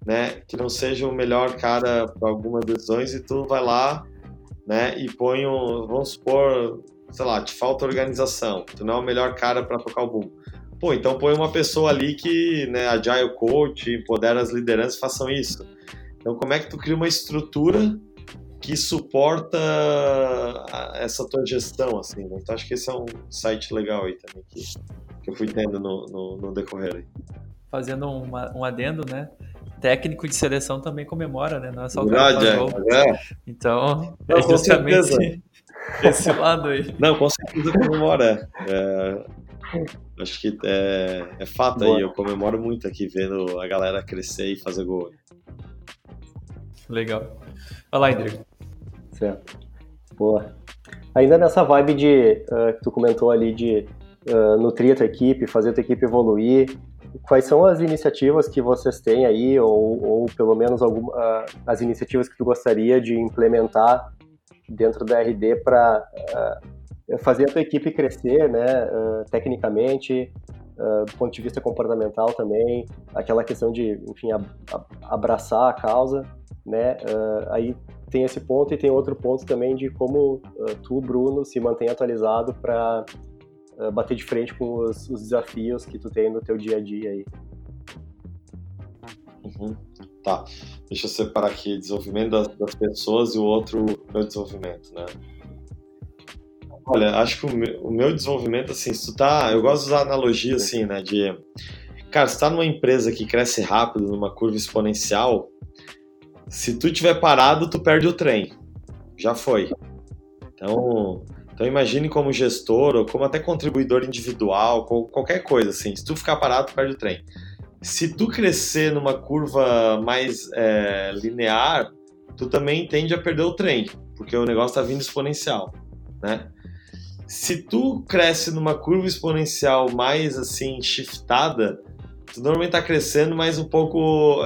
né, que não seja o melhor cara para algumas decisões e tu vai lá, né, e põe vamos supor, sei lá, te falta organização, tu não é o melhor cara para tocar o boom. Pô, então põe uma pessoa ali que, né, Agile Coach, empodera as lideranças, façam isso. Então como é que tu cria uma estrutura que suporta essa tua gestão, assim, né? Então acho que esse é um site legal aí também que eu fui tendo no decorrer aí. Fazendo um adendo, né? Técnico de seleção também comemora, né? Não é só o cara que faz gol. Então, não, justamente esse lado aí. Não, com certeza comemora. Acho que é fato aí, eu comemoro muito aqui vendo a galera crescer e fazer gol. Legal. Vai lá, Indrigo. Certo. Boa. Ainda nessa vibe que tu comentou ali de nutrir a tua equipe, fazer a tua equipe evoluir, quais são as iniciativas que vocês têm aí, ou pelo menos as iniciativas que tu gostaria de implementar dentro da RD para fazer a tua equipe crescer, né, tecnicamente, do ponto de vista comportamental também, aquela questão de, enfim, abraçar a causa, né, aí tem esse ponto e tem outro ponto também de como tu, Bruno, se mantém atualizado para bater de frente com os desafios que tu tem no teu dia a dia aí. Tá, deixa eu separar aqui desenvolvimento das pessoas e o outro meu desenvolvimento, né? Olha, acho que o meu desenvolvimento, assim, se tu tá... Eu gosto de usar analogia, assim, né, cara, se tu tá numa empresa que cresce rápido, numa curva exponencial, se tu tiver parado, tu perde o trem. Já foi. Então imagine como gestor ou como até contribuidor individual, qualquer coisa, assim. Se tu ficar parado, tu perde o trem. Se tu crescer numa curva mais linear, tu também tende a perder o trem, porque o negócio tá vindo exponencial, né? Se tu cresce numa curva exponencial mais, assim, shiftada, tu normalmente tá crescendo, mas um pouco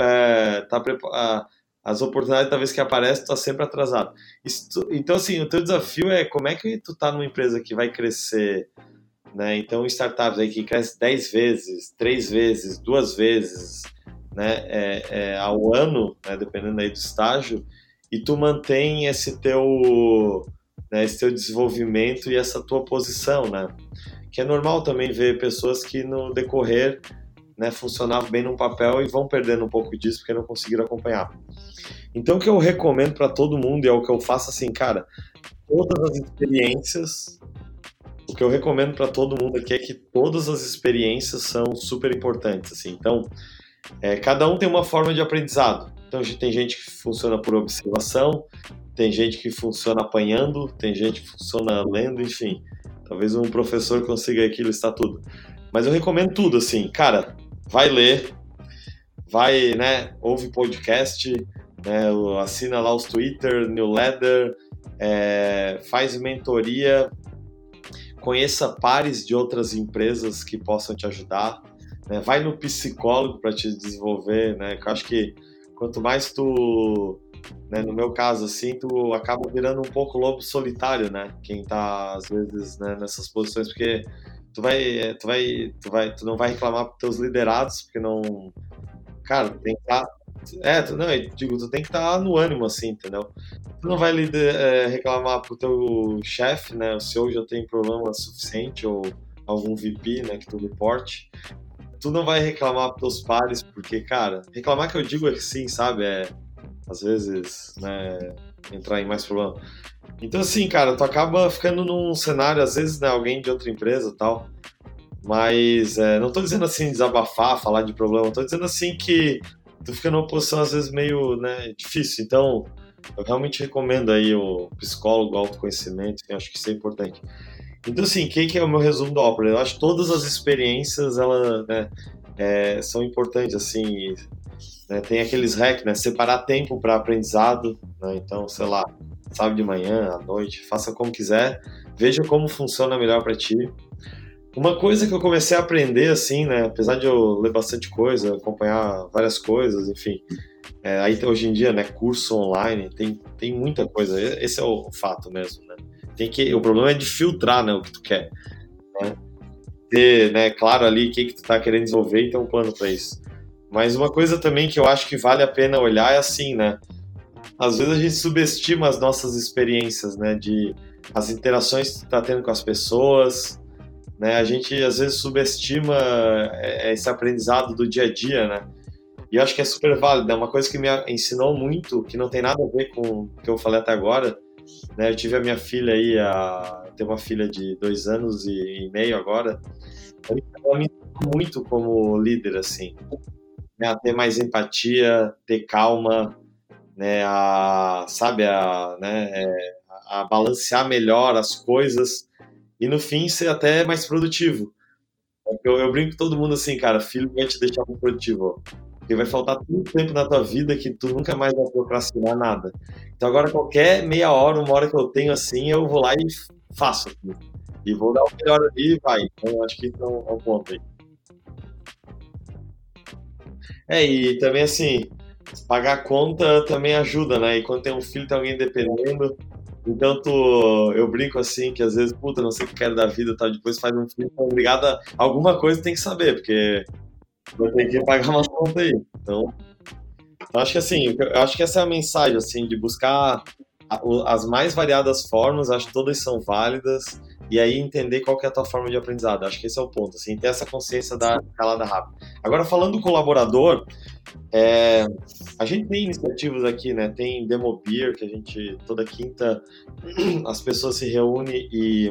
as oportunidades talvez que aparecem, tu tá sempre atrasado. Então, assim, o teu desafio é como é que tu tá numa empresa que vai crescer, né? Então, startups aí que cresce 10 vezes, 3 vezes, 2 vezes, né? Ao ano, né? Dependendo aí do estágio, e tu mantém esse teu desenvolvimento e essa tua posição, né? Que é normal também ver pessoas que no decorrer, né, funcionavam bem num papel e vão perdendo um pouco disso porque não conseguiram acompanhar. Então, o que eu recomendo para todo mundo, e é o que eu faço assim, cara, todas as experiências, o que eu recomendo para todo mundo aqui é que todas as experiências são super importantes, assim. Então, cada um tem uma forma de aprendizado. Então, tem gente que funciona por observação, tem gente que funciona apanhando, tem gente que funciona lendo, enfim. Talvez um professor consiga aqui listar tudo. Mas eu recomendo tudo, assim, cara, vai ler, vai, né, ouve podcast, né, assina lá os Twitter, newsletter, faz mentoria, conheça pares de outras empresas que possam te ajudar, né, vai no psicólogo para te desenvolver, né, que eu acho que quanto mais tu, né, no meu caso, assim, tu acaba virando um pouco lobo solitário, né, quem tá, às vezes, né, nessas posições, porque tu não vai reclamar pros teus liderados, porque não, cara, tem que estar, tu tem que estar no ânimo, assim, entendeu? Tu não vai reclamar pro teu chefe, né, o CEO já tem problema suficiente, ou algum VP, né, que tu reporte. Tu não vai reclamar pros teus pares, porque, cara, reclamar que eu digo é que sim, sabe, às vezes, né, entrar em mais problema. Então, assim, cara, tu acaba ficando num cenário, às vezes, né, alguém de outra empresa e tal, mas não tô dizendo assim, desabafar, falar de problema, tô dizendo assim que tu fica numa posição, às vezes, meio, né, difícil. Então, eu realmente recomendo aí o psicólogo, o autoconhecimento, que eu acho que isso é importante. Então, assim, o que é o meu resumo da ópera? Eu acho que todas as experiências, elas, né, são importantes, assim, né, tem aqueles hacks, né, separar tempo para aprendizado, né, então, sei lá, sábado de manhã, à noite, faça como quiser, veja como funciona melhor para ti. Uma coisa que eu comecei a aprender, assim, né, apesar de eu ler bastante coisa, acompanhar várias coisas, enfim, aí hoje em dia, né, curso online, tem muita coisa, esse é o fato mesmo, né. O problema é de filtrar, né, o que tu quer, né? Ter, né, claro ali o que tu tá querendo desenvolver e ter um plano para isso. Mas uma coisa também que eu acho que vale a pena olhar é assim, né? Às vezes a gente subestima as nossas experiências, né? De as interações que tu tá tendo com as pessoas, né? A gente às vezes subestima esse aprendizado do dia a dia, né? E eu acho que é super válido. É uma coisa que me ensinou muito, que não tem nada a ver com o que eu falei até agora, né? Eu tive a minha filha aí, tenho uma filha de 2 anos e meio agora. Ela me ensinou muito como líder, assim, né? A ter mais empatia, ter calma, né? A balancear melhor as coisas e no fim ser até mais produtivo. Eu brinco com todo mundo assim, cara, filho vai te deixar muito produtivo, porque vai faltar tanto tempo na tua vida que tu nunca mais vai procrastinar nada. Então agora qualquer meia hora, uma hora que eu tenho assim, eu vou lá e faço aqui. E vou dar o melhor ali e vai. Então eu acho que isso é um ponto aí. E também assim, pagar a conta também ajuda, né? E quando tem um filho, tem alguém dependendo. Então eu brinco assim, que às vezes, puta, não sei o que eu quero da vida, tal, depois faz um filho, tá obrigado a alguma coisa tem que saber, porque vou ter que pagar umas contas aí. Então, acho que assim, eu acho que essa é a mensagem, assim, de buscar as mais variadas formas, acho que todas são válidas, e aí entender qual que é a tua forma de aprendizado. Acho que esse é o ponto, assim, ter essa consciência da escalada rápida. Agora, falando do colaborador, a gente tem iniciativas aqui, né? Tem Demo Beer, que a gente, toda quinta, as pessoas se reúnem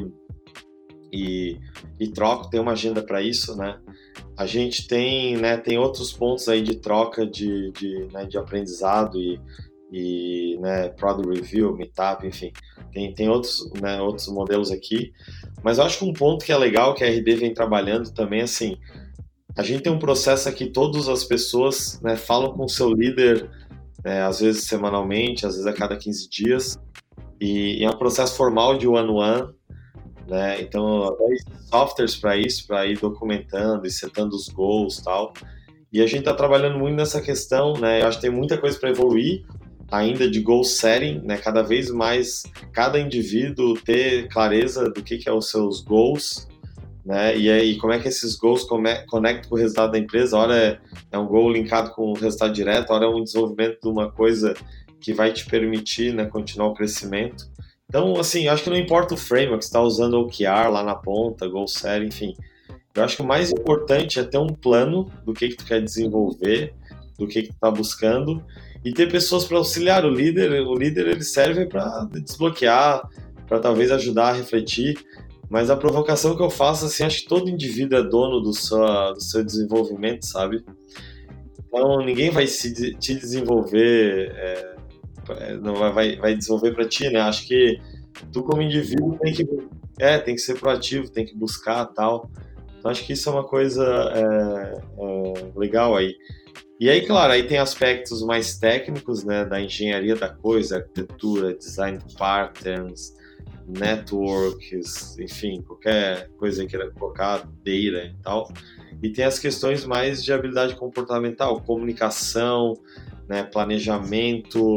e trocam, tem uma agenda para isso, né? A gente tem, né, tem outros pontos aí de troca de aprendizado e né, Product Review, Meetup, enfim. Tem outros, né, outros modelos aqui. Mas eu acho que um ponto que é legal, que a RD vem trabalhando também, assim, a gente tem um processo aqui, todas as pessoas, né, falam com o seu líder, né, às vezes semanalmente, às vezes a cada 15 dias, e é um processo formal de one-on-one, né? Então, softwares para isso, para ir documentando e setando os goals e tal. E a gente está trabalhando muito nessa questão, né? Eu acho que tem muita coisa para evoluir ainda de goal setting, né? Cada vez mais, cada indivíduo ter clareza do que é os seus goals, né? E aí, como é que esses goals conectam com o resultado da empresa? A hora é um goal linkado com o resultado direto, a hora é um desenvolvimento de uma coisa que vai te permitir, né, continuar o crescimento. Então, assim, eu acho que não importa o framework, você está usando OKR lá na ponta, goal setting, enfim. Eu acho que o mais importante é ter um plano do que tu quer desenvolver, do que tu está buscando, e ter pessoas para auxiliar. O líder ele serve para desbloquear, para talvez ajudar a refletir. Mas a provocação que eu faço, assim, acho que todo indivíduo é dono do seu desenvolvimento, sabe? Então, ninguém vai te desenvolver, não vai desenvolver para ti, né? Acho que tu, como indivíduo, tem que ser proativo, tem que buscar tal. Então, acho que isso é uma coisa legal aí. E aí, claro, aí tem aspectos mais técnicos, né, da engenharia da coisa, arquitetura, design patterns, networks, enfim, qualquer coisa que queira colocar, data e tal. E tem as questões mais de habilidade comportamental, comunicação, né, planejamento,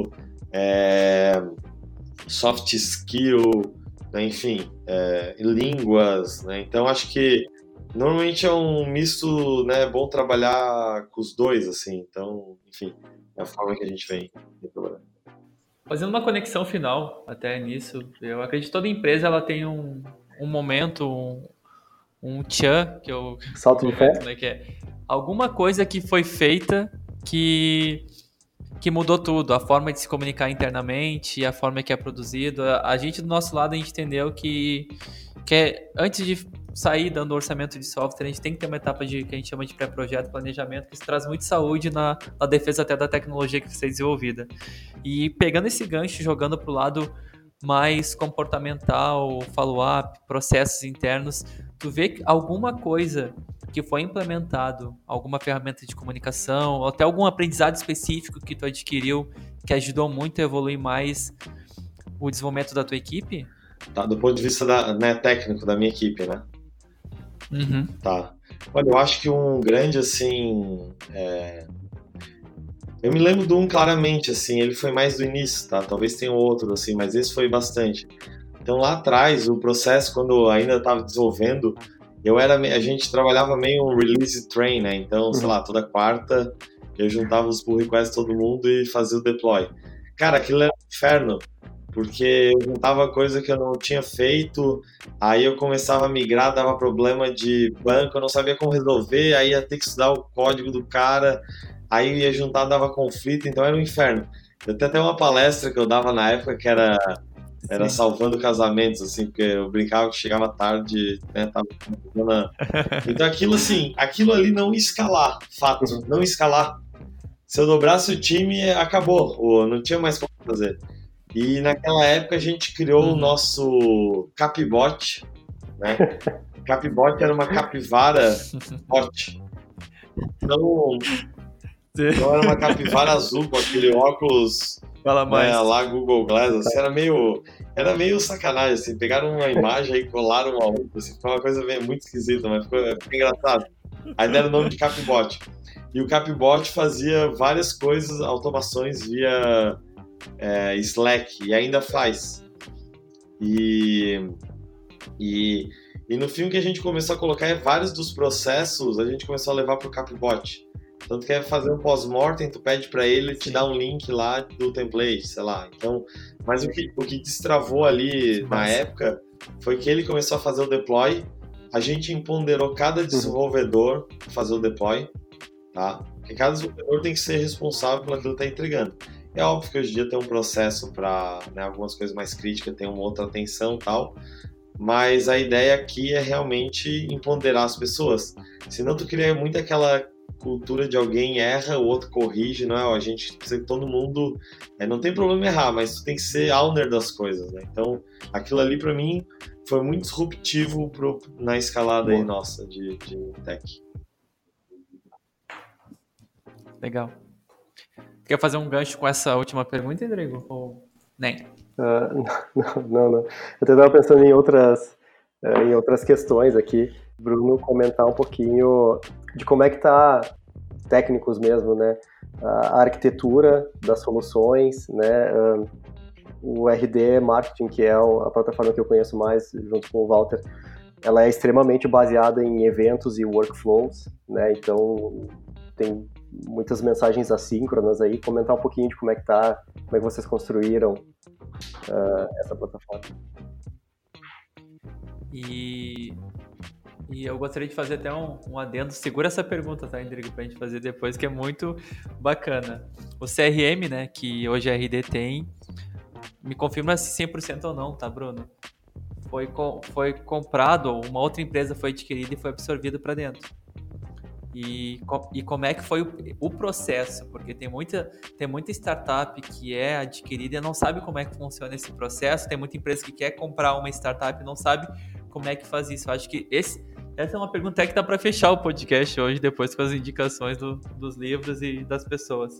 soft skill, né, enfim, línguas, né? Então acho que normalmente é um misto, né, bom trabalhar com os dois, assim. Então, enfim, é a forma que a gente vem trabalhando. Fazendo uma conexão final até nisso, eu acredito que toda empresa ela tem um momento, um tchan, que eu salto de fé, né, que é alguma coisa que foi feita que mudou tudo, a forma de se comunicar internamente, a forma que é produzido. A gente, do nosso lado, a gente entendeu que antes de sair dando orçamento de software, a gente tem que ter uma etapa que a gente chama de pré-projeto, planejamento, que isso traz muito saúde na defesa até da tecnologia que vai ser desenvolvida. E pegando esse gancho, jogando para o lado mais comportamental, follow-up, processos internos, tu vê alguma coisa que foi implementado, alguma ferramenta de comunicação, ou até algum aprendizado específico que tu adquiriu, que ajudou muito a evoluir mais o desenvolvimento da tua equipe? Tá, do ponto de vista técnico da minha equipe, né? Uhum. Tá. Olha, eu acho que um grande, assim... Eu me lembro de um claramente, assim, ele foi mais do início, tá? Talvez tenha outro, assim, mas esse foi bastante. Então, lá atrás, o processo, quando eu ainda estava desenvolvendo, a gente trabalhava meio um release train, né? Então, sei lá, toda quarta Eu juntava os pull requests todo mundo e fazia o deploy. Cara, aquilo era um inferno, porque eu juntava coisa que eu não tinha feito, aí eu começava a migrar, dava problema de banco, eu não sabia como resolver, aí ia ter que estudar o código do cara, aí ia juntar, dava conflito, então era um inferno. Eu tenho até uma palestra que eu dava na época que era salvando casamentos, assim, porque eu brincava que chegava tarde, né, tava... Então aquilo, assim, aquilo ali não ia escalar, fato, não ia escalar. Se eu dobrasse o time, acabou, não tinha mais como fazer. E naquela época a gente criou o nosso Capibot, né? Capibot era uma capivara bot. Então era uma capivara azul com aquele óculos, Fala mais. né, lá Google Glass, assim, era meio sacanagem, assim, pegaram uma imagem e colaram uma outra, assim, foi uma coisa muito esquisita, mas ficou engraçado. Aí deram o nome de Capibot. E o Capibot fazia várias coisas, automações via Slack, e ainda faz. E no fim, o que a gente começou a colocar vários dos processos, a gente começou a levar para o Capibot. Então, tu quer fazer um pós-mortem, tu pede para ele te dar um link lá do template, sei lá. Então, mas o que destravou ali na época foi que ele começou a fazer o deploy, a gente empoderou cada desenvolvedor para fazer o deploy, tá? Porque cada desenvolvedor tem que ser responsável por aquilo que está entregando. É óbvio que hoje em dia tem um processo para, né, algumas coisas mais críticas, tem uma outra atenção e tal, mas a ideia aqui é realmente empoderar as pessoas. Senão tu cria muito aquela cultura de alguém erra, o outro corrige, não é? Ó, a gente precisa que todo mundo... não tem problema errar, mas tu tem que ser owner das coisas, né? Então, aquilo ali para mim foi muito disruptivo na escalada aí nossa de tech. Legal. Quer fazer um gancho com essa última pergunta, Rodrigo? Ou nem? Não. Eu estava pensando em outras questões aqui. Bruno, comentar um pouquinho de como é que está, técnicos mesmo, né? A arquitetura das soluções, né? O RD Marketing, que é a plataforma que eu conheço mais, junto com o Walter, ela é extremamente baseada em eventos e workflows, né? Então, tem muitas mensagens assíncronas aí. Comentar um pouquinho de como é que tá, como é que vocês construíram essa plataforma. E eu gostaria de fazer até um adendo. Segura essa pergunta, tá, Rodrigo, pra gente fazer depois, que é muito bacana. O CRM, né, que hoje a RD tem, me confirma se 100% ou não, tá, Bruno? Foi comprado, uma outra empresa foi adquirida e foi absorvida para dentro. E como é que foi o processo? Porque tem muita startup que é adquirida e não sabe como é que funciona esse processo. Tem muita empresa que quer comprar uma startup e não sabe como é que faz isso. Eu acho que essa é uma pergunta que dá para fechar o podcast hoje, depois com as indicações dos livros e das pessoas.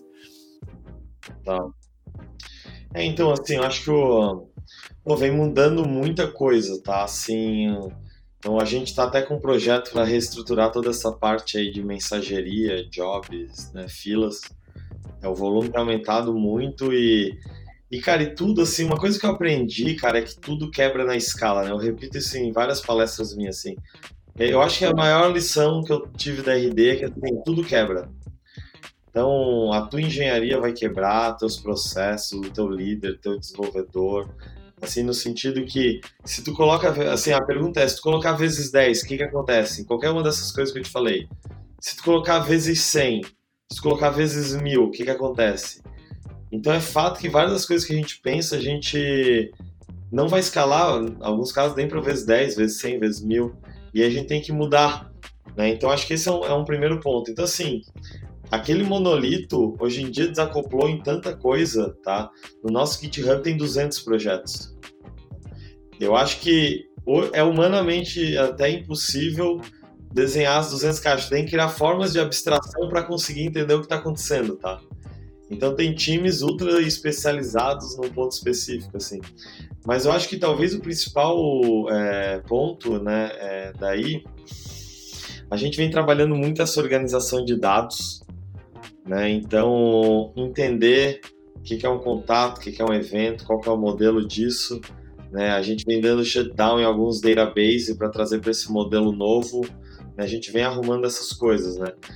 Tá. Então, assim, eu acho que vem mudando muita coisa, tá? Assim... Então a gente está até com um projeto para reestruturar toda essa parte aí de mensageria, jobs, né, filas. O volume tem aumentado muito e cara, e tudo assim, uma coisa que eu aprendi, cara, é que tudo quebra na escala, né? Eu repito isso em várias palestras minhas, assim. Eu acho que a maior lição que eu tive da RD é que assim, tudo quebra. Então a tua engenharia vai quebrar, teus processos, o teu líder, teu desenvolvedor. Assim, no sentido que, se tu coloca, assim, a pergunta é, se tu colocar vezes 10, o que acontece? Em qualquer uma dessas coisas que eu te falei. Se tu colocar vezes 100, se tu colocar vezes 1000, o que acontece? Então é fato que várias das coisas que a gente pensa, a gente não vai escalar, em alguns casos nem para vezes 10, vezes 100, vezes 1000, e a gente tem que mudar, né? Então acho que esse é um primeiro ponto. Então assim, aquele monolito, hoje em dia, desacoplou em tanta coisa, tá? No nosso GitHub tem 200 projetos. Eu acho que é humanamente até impossível desenhar as 200 caixas. Tem que criar formas de abstração para conseguir entender o que está acontecendo, tá? Então tem times ultra especializados num ponto específico, assim. Mas eu acho que talvez o principal ponto, né, daí, a gente vem trabalhando muito essa organização de dados, né? Então, entender o que é um contato, o que é um evento, qual que é o modelo disso, né? A gente vem dando shutdown em alguns databases para trazer para esse modelo novo, né? A gente vem arrumando essas coisas, né?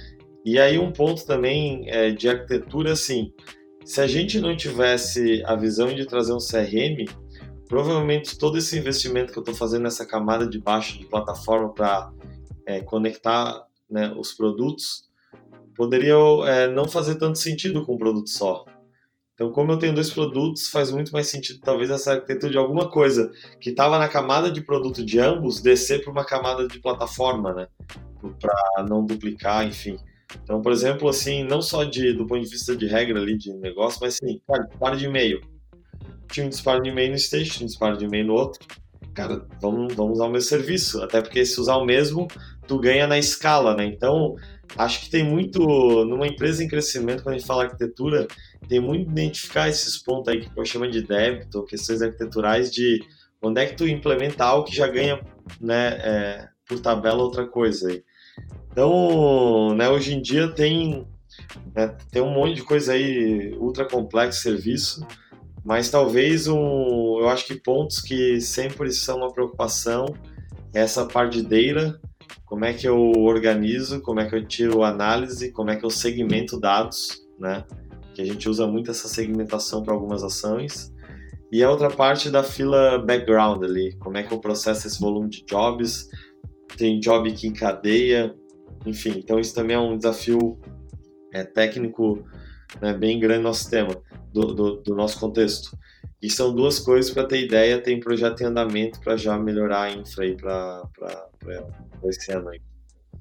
E aí um ponto também de arquitetura, assim, se a gente não tivesse a visão de trazer um CRM, provavelmente todo esse investimento que eu estou fazendo nessa camada de baixo de plataforma para conectar, né, os produtos, poderia não fazer tanto sentido com um produto só. Então, como eu tenho 2 produtos, faz muito mais sentido talvez essa arquitetura de alguma coisa que estava na camada de produto de ambos descer para uma camada de plataforma, né? Para não duplicar, enfim. Então, por exemplo, assim, não só do ponto de vista de regra ali de negócio, mas assim, cara, disparo de e-mail. Tinha um disparo de e-mail no stage, tinha um disparo de e-mail no outro. Cara, vamos usar o mesmo serviço. Até porque se usar o mesmo, tu ganha na escala, né? Então, acho que tem muito, numa empresa em crescimento, quando a gente fala arquitetura, tem muito identificar esses pontos aí que eu chamo de débito, questões arquiteturais de onde é que tu implementa algo que já ganha, né, por tabela outra coisa aí. Então, né, hoje em dia tem um monte de coisa aí ultra complexo serviço, mas talvez eu acho que pontos que sempre são uma preocupação é essa parte de data, como é que eu organizo, como é que eu tiro análise, como é que eu segmento dados, né? Que a gente usa muito essa segmentação para algumas ações. E a outra parte da fila background ali, como é que eu processo esse volume de jobs, tem job que encadeia, enfim. Então isso também é um desafio técnico, né, bem grande no nosso tema, do nosso contexto. E são 2 coisas para ter ideia, tem projeto em andamento para já melhorar a infra aí para esse ano aí.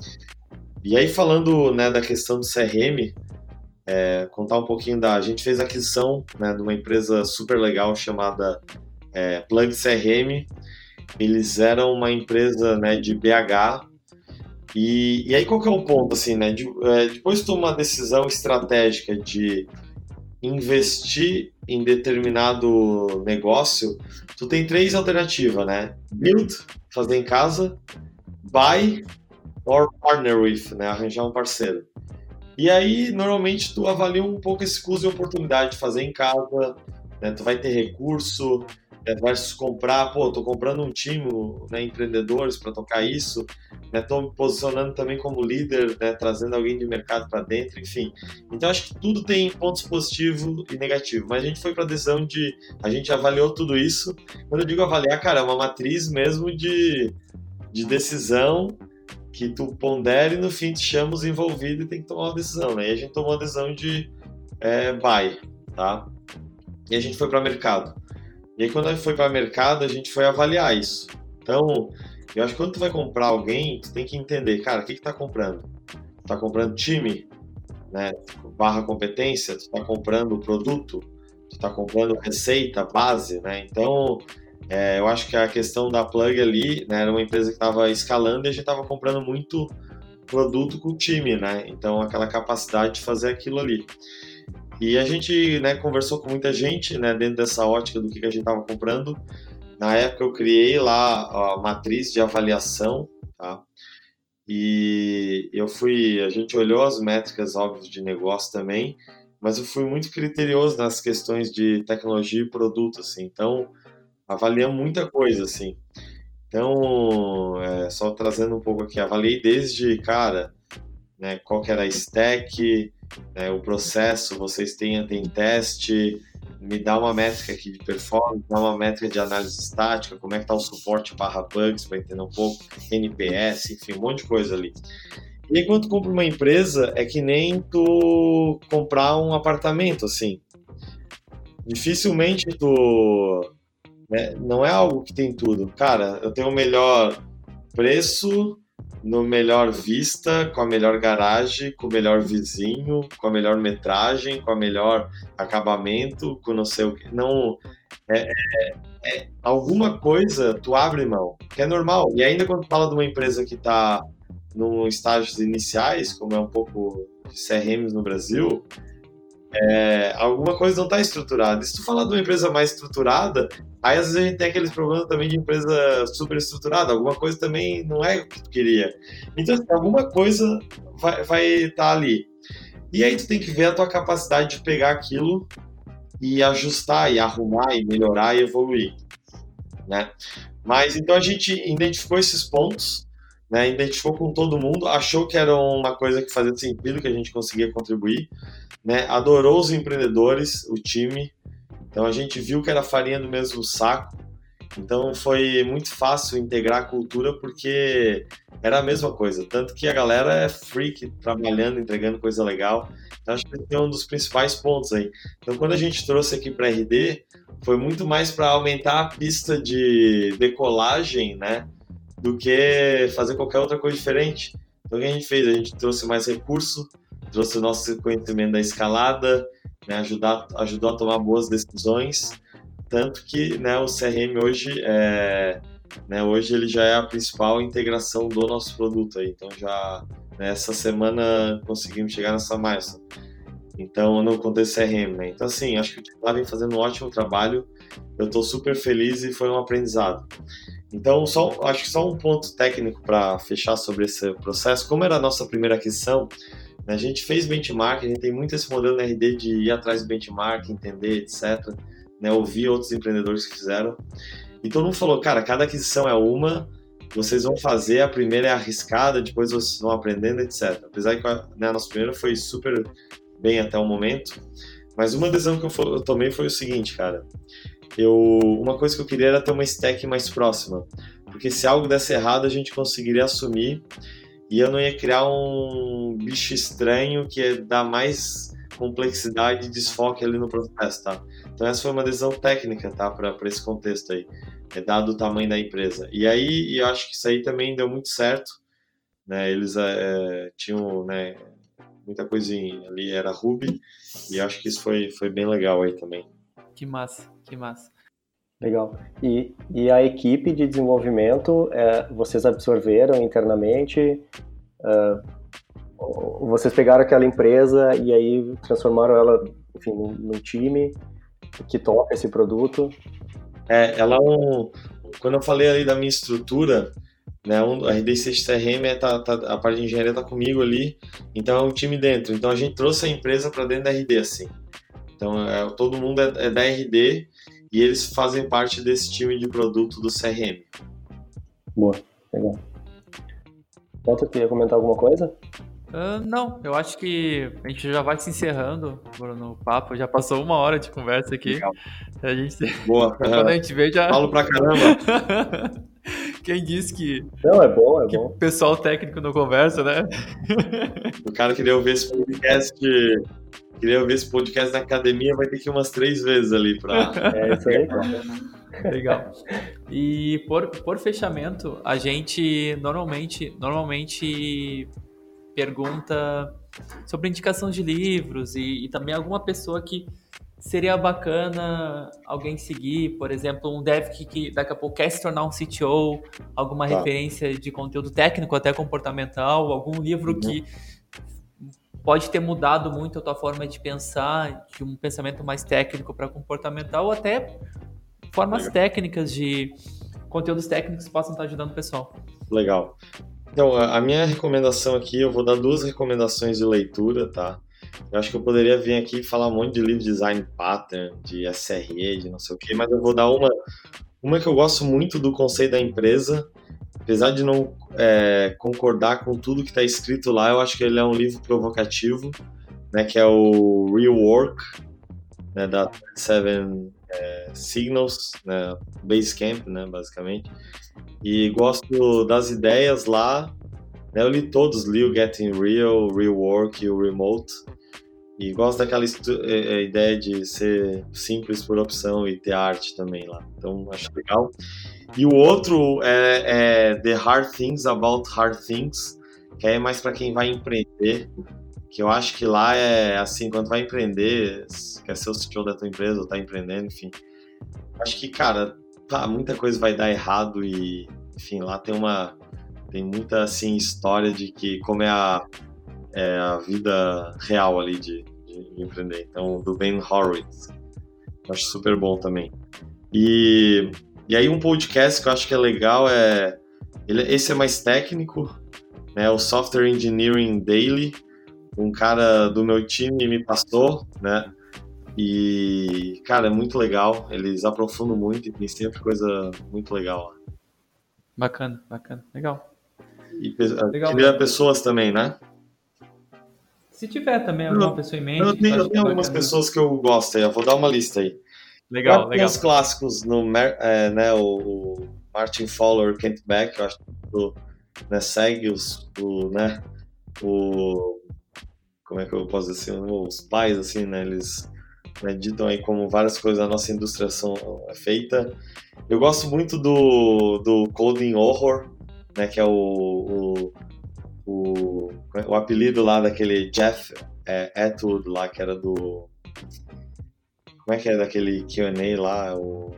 E aí falando, né, da questão do CRM, contar um pouquinho a gente fez a aquisição, né, de uma empresa super legal chamada Plug CRM. Eles eram uma empresa, né, de BH. E aí qual que é o ponto, assim, né? Depois de tomar uma decisão estratégica de investir em determinado negócio, tu tem 3 alternativas, né? Build, fazer em casa, buy or partner with, né? Arranjar um parceiro. E aí, normalmente, tu avalia um pouco esse custo e oportunidade de fazer em casa, né? Tu vai ter recurso, versus comprar, tô comprando um time, né, empreendedores para tocar isso, né, tô me posicionando também como líder, né, trazendo alguém de mercado para dentro, enfim. Então, acho que tudo tem pontos positivos e negativos, mas a gente foi para a decisão a gente avaliou tudo isso. Quando eu digo avaliar, cara, é uma matriz mesmo de decisão que tu pondera e no fim te chama os envolvidos e tem que tomar uma decisão, né? E a gente tomou a decisão de buy, tá? E a gente foi para mercado. E aí, quando a gente foi para mercado, a gente foi avaliar isso. Então, eu acho que quando tu vai comprar alguém, tu tem que entender, cara, o que tu tá comprando? Tu tá comprando time, né? / competência, tu tá comprando produto, tu tá comprando receita, base, né? Então, eu acho que a questão da Plug ali, né, era uma empresa que estava escalando e a gente estava comprando muito produto com time, né? Então, aquela capacidade de fazer aquilo ali. E a gente, né, conversou com muita gente, né, dentro dessa ótica do que a gente estava comprando. Na época eu criei lá a matriz de avaliação, tá? E a gente olhou as métricas óbvias de negócio também, mas eu fui muito criterioso nas questões de tecnologia e produto, assim. Então, avaliamos muita coisa, assim. Então, só trazendo um pouco aqui, avaliei desde, cara, né, qual que era a stack, né, o processo, vocês têm teste, me dá uma métrica aqui de performance, dá uma métrica de análise estática, como é que está o suporte / bugs, para entender um pouco, NPS, enfim, um monte de coisa ali. E aí, quando tu compra uma empresa, é que nem tu comprar um apartamento, assim. Dificilmente né, não é algo que tem tudo. Cara, eu tenho o melhor preço, no melhor vista, com a melhor garagem, com o melhor vizinho, com a melhor metragem, com a melhor acabamento, com não sei o que. Não, alguma coisa tu abre mão, que é normal. E ainda quando tu fala de uma empresa que está nos estágios iniciais, como é um pouco de CRMs no Brasil, alguma coisa não está estruturada. E se tu falar de uma empresa mais estruturada, aí às vezes a gente tem aqueles problemas também de empresa super estruturada, alguma coisa também não é o que tu queria. Então, assim, alguma coisa vai estar ali. E aí tu tem que ver a tua capacidade de pegar aquilo e ajustar, e arrumar, e melhorar, e evoluir, né? Mas, então a gente identificou esses pontos, né, identificou com todo mundo, achou que era uma coisa que fazia sentido, que a gente conseguia contribuir, né, adorou os empreendedores, o time, então a gente viu que era farinha do mesmo saco, então foi muito fácil integrar a cultura porque era a mesma coisa, tanto que a galera é freak trabalhando, entregando coisa legal. Então acho que esse é um dos principais pontos aí. Então quando a gente trouxe aqui para RD, foi muito mais para aumentar a pista de decolagem, né, do que fazer qualquer outra coisa diferente. Então o que a gente fez? A gente trouxe mais recurso, trouxe o nosso conhecimento da escalada, né, ajudou a tomar boas decisões, tanto que, né, o CRM hoje hoje ele já é a principal integração do nosso produto aí. Então já, né, essa semana conseguimos chegar nessa milestone. Então no contexto CRM, né? Então assim, acho que o Tila vem fazendo um ótimo trabalho. Eu estou super feliz e foi um aprendizado. Então, acho que só um ponto técnico para fechar sobre esse processo. Como era a nossa primeira aquisição, né, a gente fez benchmark, a gente tem muito esse modelo na RD de ir atrás do benchmark, entender, etc. Né, ouvir outros empreendedores que fizeram. E todo mundo falou, cara, cada aquisição é uma, vocês vão fazer, a primeira é arriscada, depois vocês vão aprendendo, etc. Apesar que a nossa primeira foi super bem até o momento, mas uma decisão que eu tomei foi o seguinte, cara. Uma coisa que eu queria era ter uma stack mais próxima, porque se algo desse errado a gente conseguiria assumir e eu não ia criar um bicho estranho que ia dar mais complexidade e desfoque ali no processo, tá? Então essa foi uma decisão técnica, tá, para esse contexto aí, dado o tamanho da empresa. E aí eu acho que isso aí também deu muito certo, né? Eles tinham, né, muita coisinha ali, era Ruby, e acho que isso foi bem legal aí também. Que massa, que massa. Legal. E a equipe de desenvolvimento, vocês absorveram internamente? Vocês pegaram aquela empresa e aí transformaram ela, enfim, num time que toca esse produto? Quando eu falei ali da minha estrutura, né, a RD6 CRM, a parte de engenharia está comigo ali, então é um time dentro. Então a gente trouxe a empresa para dentro da RD, assim. Então todo mundo é da RD e eles fazem parte desse time de produto do CRM. Boa, legal. Walter, queria comentar alguma coisa? Não, eu acho que a gente já vai se encerrando, Bruno, o papo. Já passou 1 hora de conversa aqui. Legal. A gente... Boa. Quando a gente vê, já... Falo pra caramba. Quem disse que... Não, é bom. Que o pessoal técnico não conversa, né? O cara queria ouvir esse podcast na academia, vai ter que ir umas 3 vezes ali pra... É isso aí, cara. Legal. E por fechamento, a gente normalmente pergunta sobre indicação de livros e também alguma pessoa que seria bacana alguém seguir, por exemplo, um dev que daqui a pouco quer se tornar um CTO, alguma referência de conteúdo técnico, até comportamental, algum livro que pode ter mudado muito a tua forma de pensar, de um pensamento mais técnico para comportamental, ou até formas técnicas de conteúdos técnicos que possam estar ajudando o pessoal. Legal. Então, a minha recomendação aqui, eu vou dar 2 recomendações de leitura, tá? Eu acho que eu poderia vir aqui e falar um monte de livro de design pattern, de SRE, de não sei o quê, mas eu vou dar uma que eu gosto muito do conceito da empresa, apesar de não concordar com tudo que está escrito lá, eu acho que ele é um livro provocativo, né, que é o Real Work, né, da 7 Signals, né, Basecamp, né, basicamente. E gosto das ideias lá, né, eu li todos, li o Getting Real, Real Work e o Remote, e gosto daquela ideia de ser simples por opção e ter arte também lá, então acho legal. E o outro é The Hard Things About Hard Things, que é mais para quem vai empreender, que eu acho que lá é assim, quando vai empreender, quer ser o CTO da tua empresa ou tá empreendendo, enfim, acho que, cara, muita coisa vai dar errado e, enfim, lá tem muita, assim, história de que como é a vida real ali de empreender. Então, do Ben Horowitz, eu acho super bom também. E aí um podcast que eu acho que é legal esse é mais técnico, né, o Software Engineering Daily, um cara do meu time me passou, né, e, cara, é muito legal, eles aprofundam muito e tem sempre coisa muito legal lá. Bacana, legal. E Legal. tiver pessoas também, né? Se tiver também alguma pessoa em mente. Eu tenho algumas pessoas que eu gosto aí, eu vou dar uma lista aí. Legal. Os clássicos, né, o Martin Fowler, o Kent Beck, eu acho que né, segue né, como é que eu posso dizer assim, os pais, assim, né, eles ditam aí como várias coisas da nossa indústria são feitas. Eu gosto muito do Coding Horror, né, que é o apelido lá daquele Jeff Atwood lá, que era do... Como é que é daquele Q&A lá?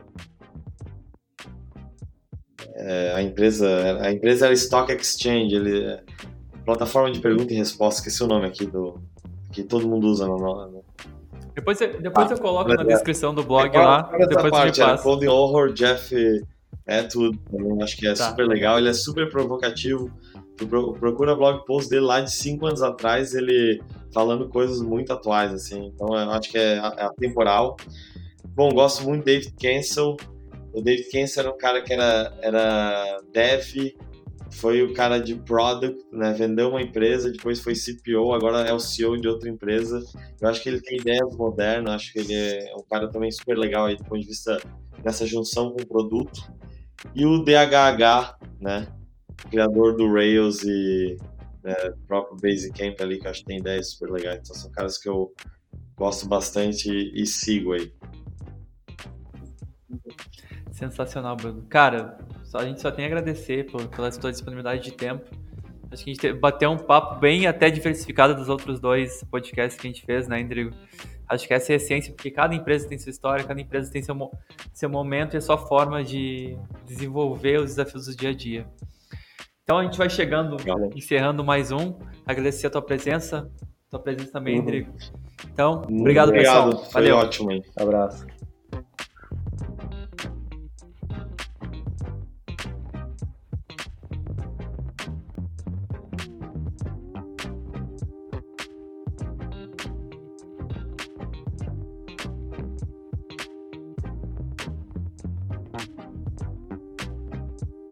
A empresa era Stock Exchange, plataforma de pergunta e resposta, esqueci o nome aqui que todo mundo usa no... Depois eu coloco na descrição do blog lá. Depois parte me passa. Coding Horror, Jeff Atwood, também acho que é super legal, ele é super provocativo. Tu procura blog post dele lá de 5 anos atrás, ele falando coisas muito atuais, assim. Então eu acho que é atemporal. Bom, gosto muito do David Cancel. O David Cancel era um cara que era dev, foi o cara de product, né? Vendeu uma empresa, depois foi CPO, agora é o CEO de outra empresa. Eu acho que ele tem ideias modernas, acho que ele é um cara também super legal aí do ponto de vista dessa junção com o produto. E o DHH, né? Criador do Rails e próprio Basecamp ali, que eu acho que tem ideias super legais. Então são caras que eu gosto bastante e sigo aí. Sensacional, Bruno. Cara, a gente só tem a agradecer pela sua disponibilidade de tempo. Acho que a gente bateu um papo bem até diversificado dos outros 2 podcasts que a gente fez, né, Rodrigo? Acho que essa é a essência, porque cada empresa tem sua história, cada empresa tem seu momento e a sua forma de desenvolver os desafios do dia a dia. Então a gente vai chegando, encerrando mais um. Agradecer a tua presença também, Rodrigo. Então, obrigado, pessoal. Foi ótimo, hein? Abraço.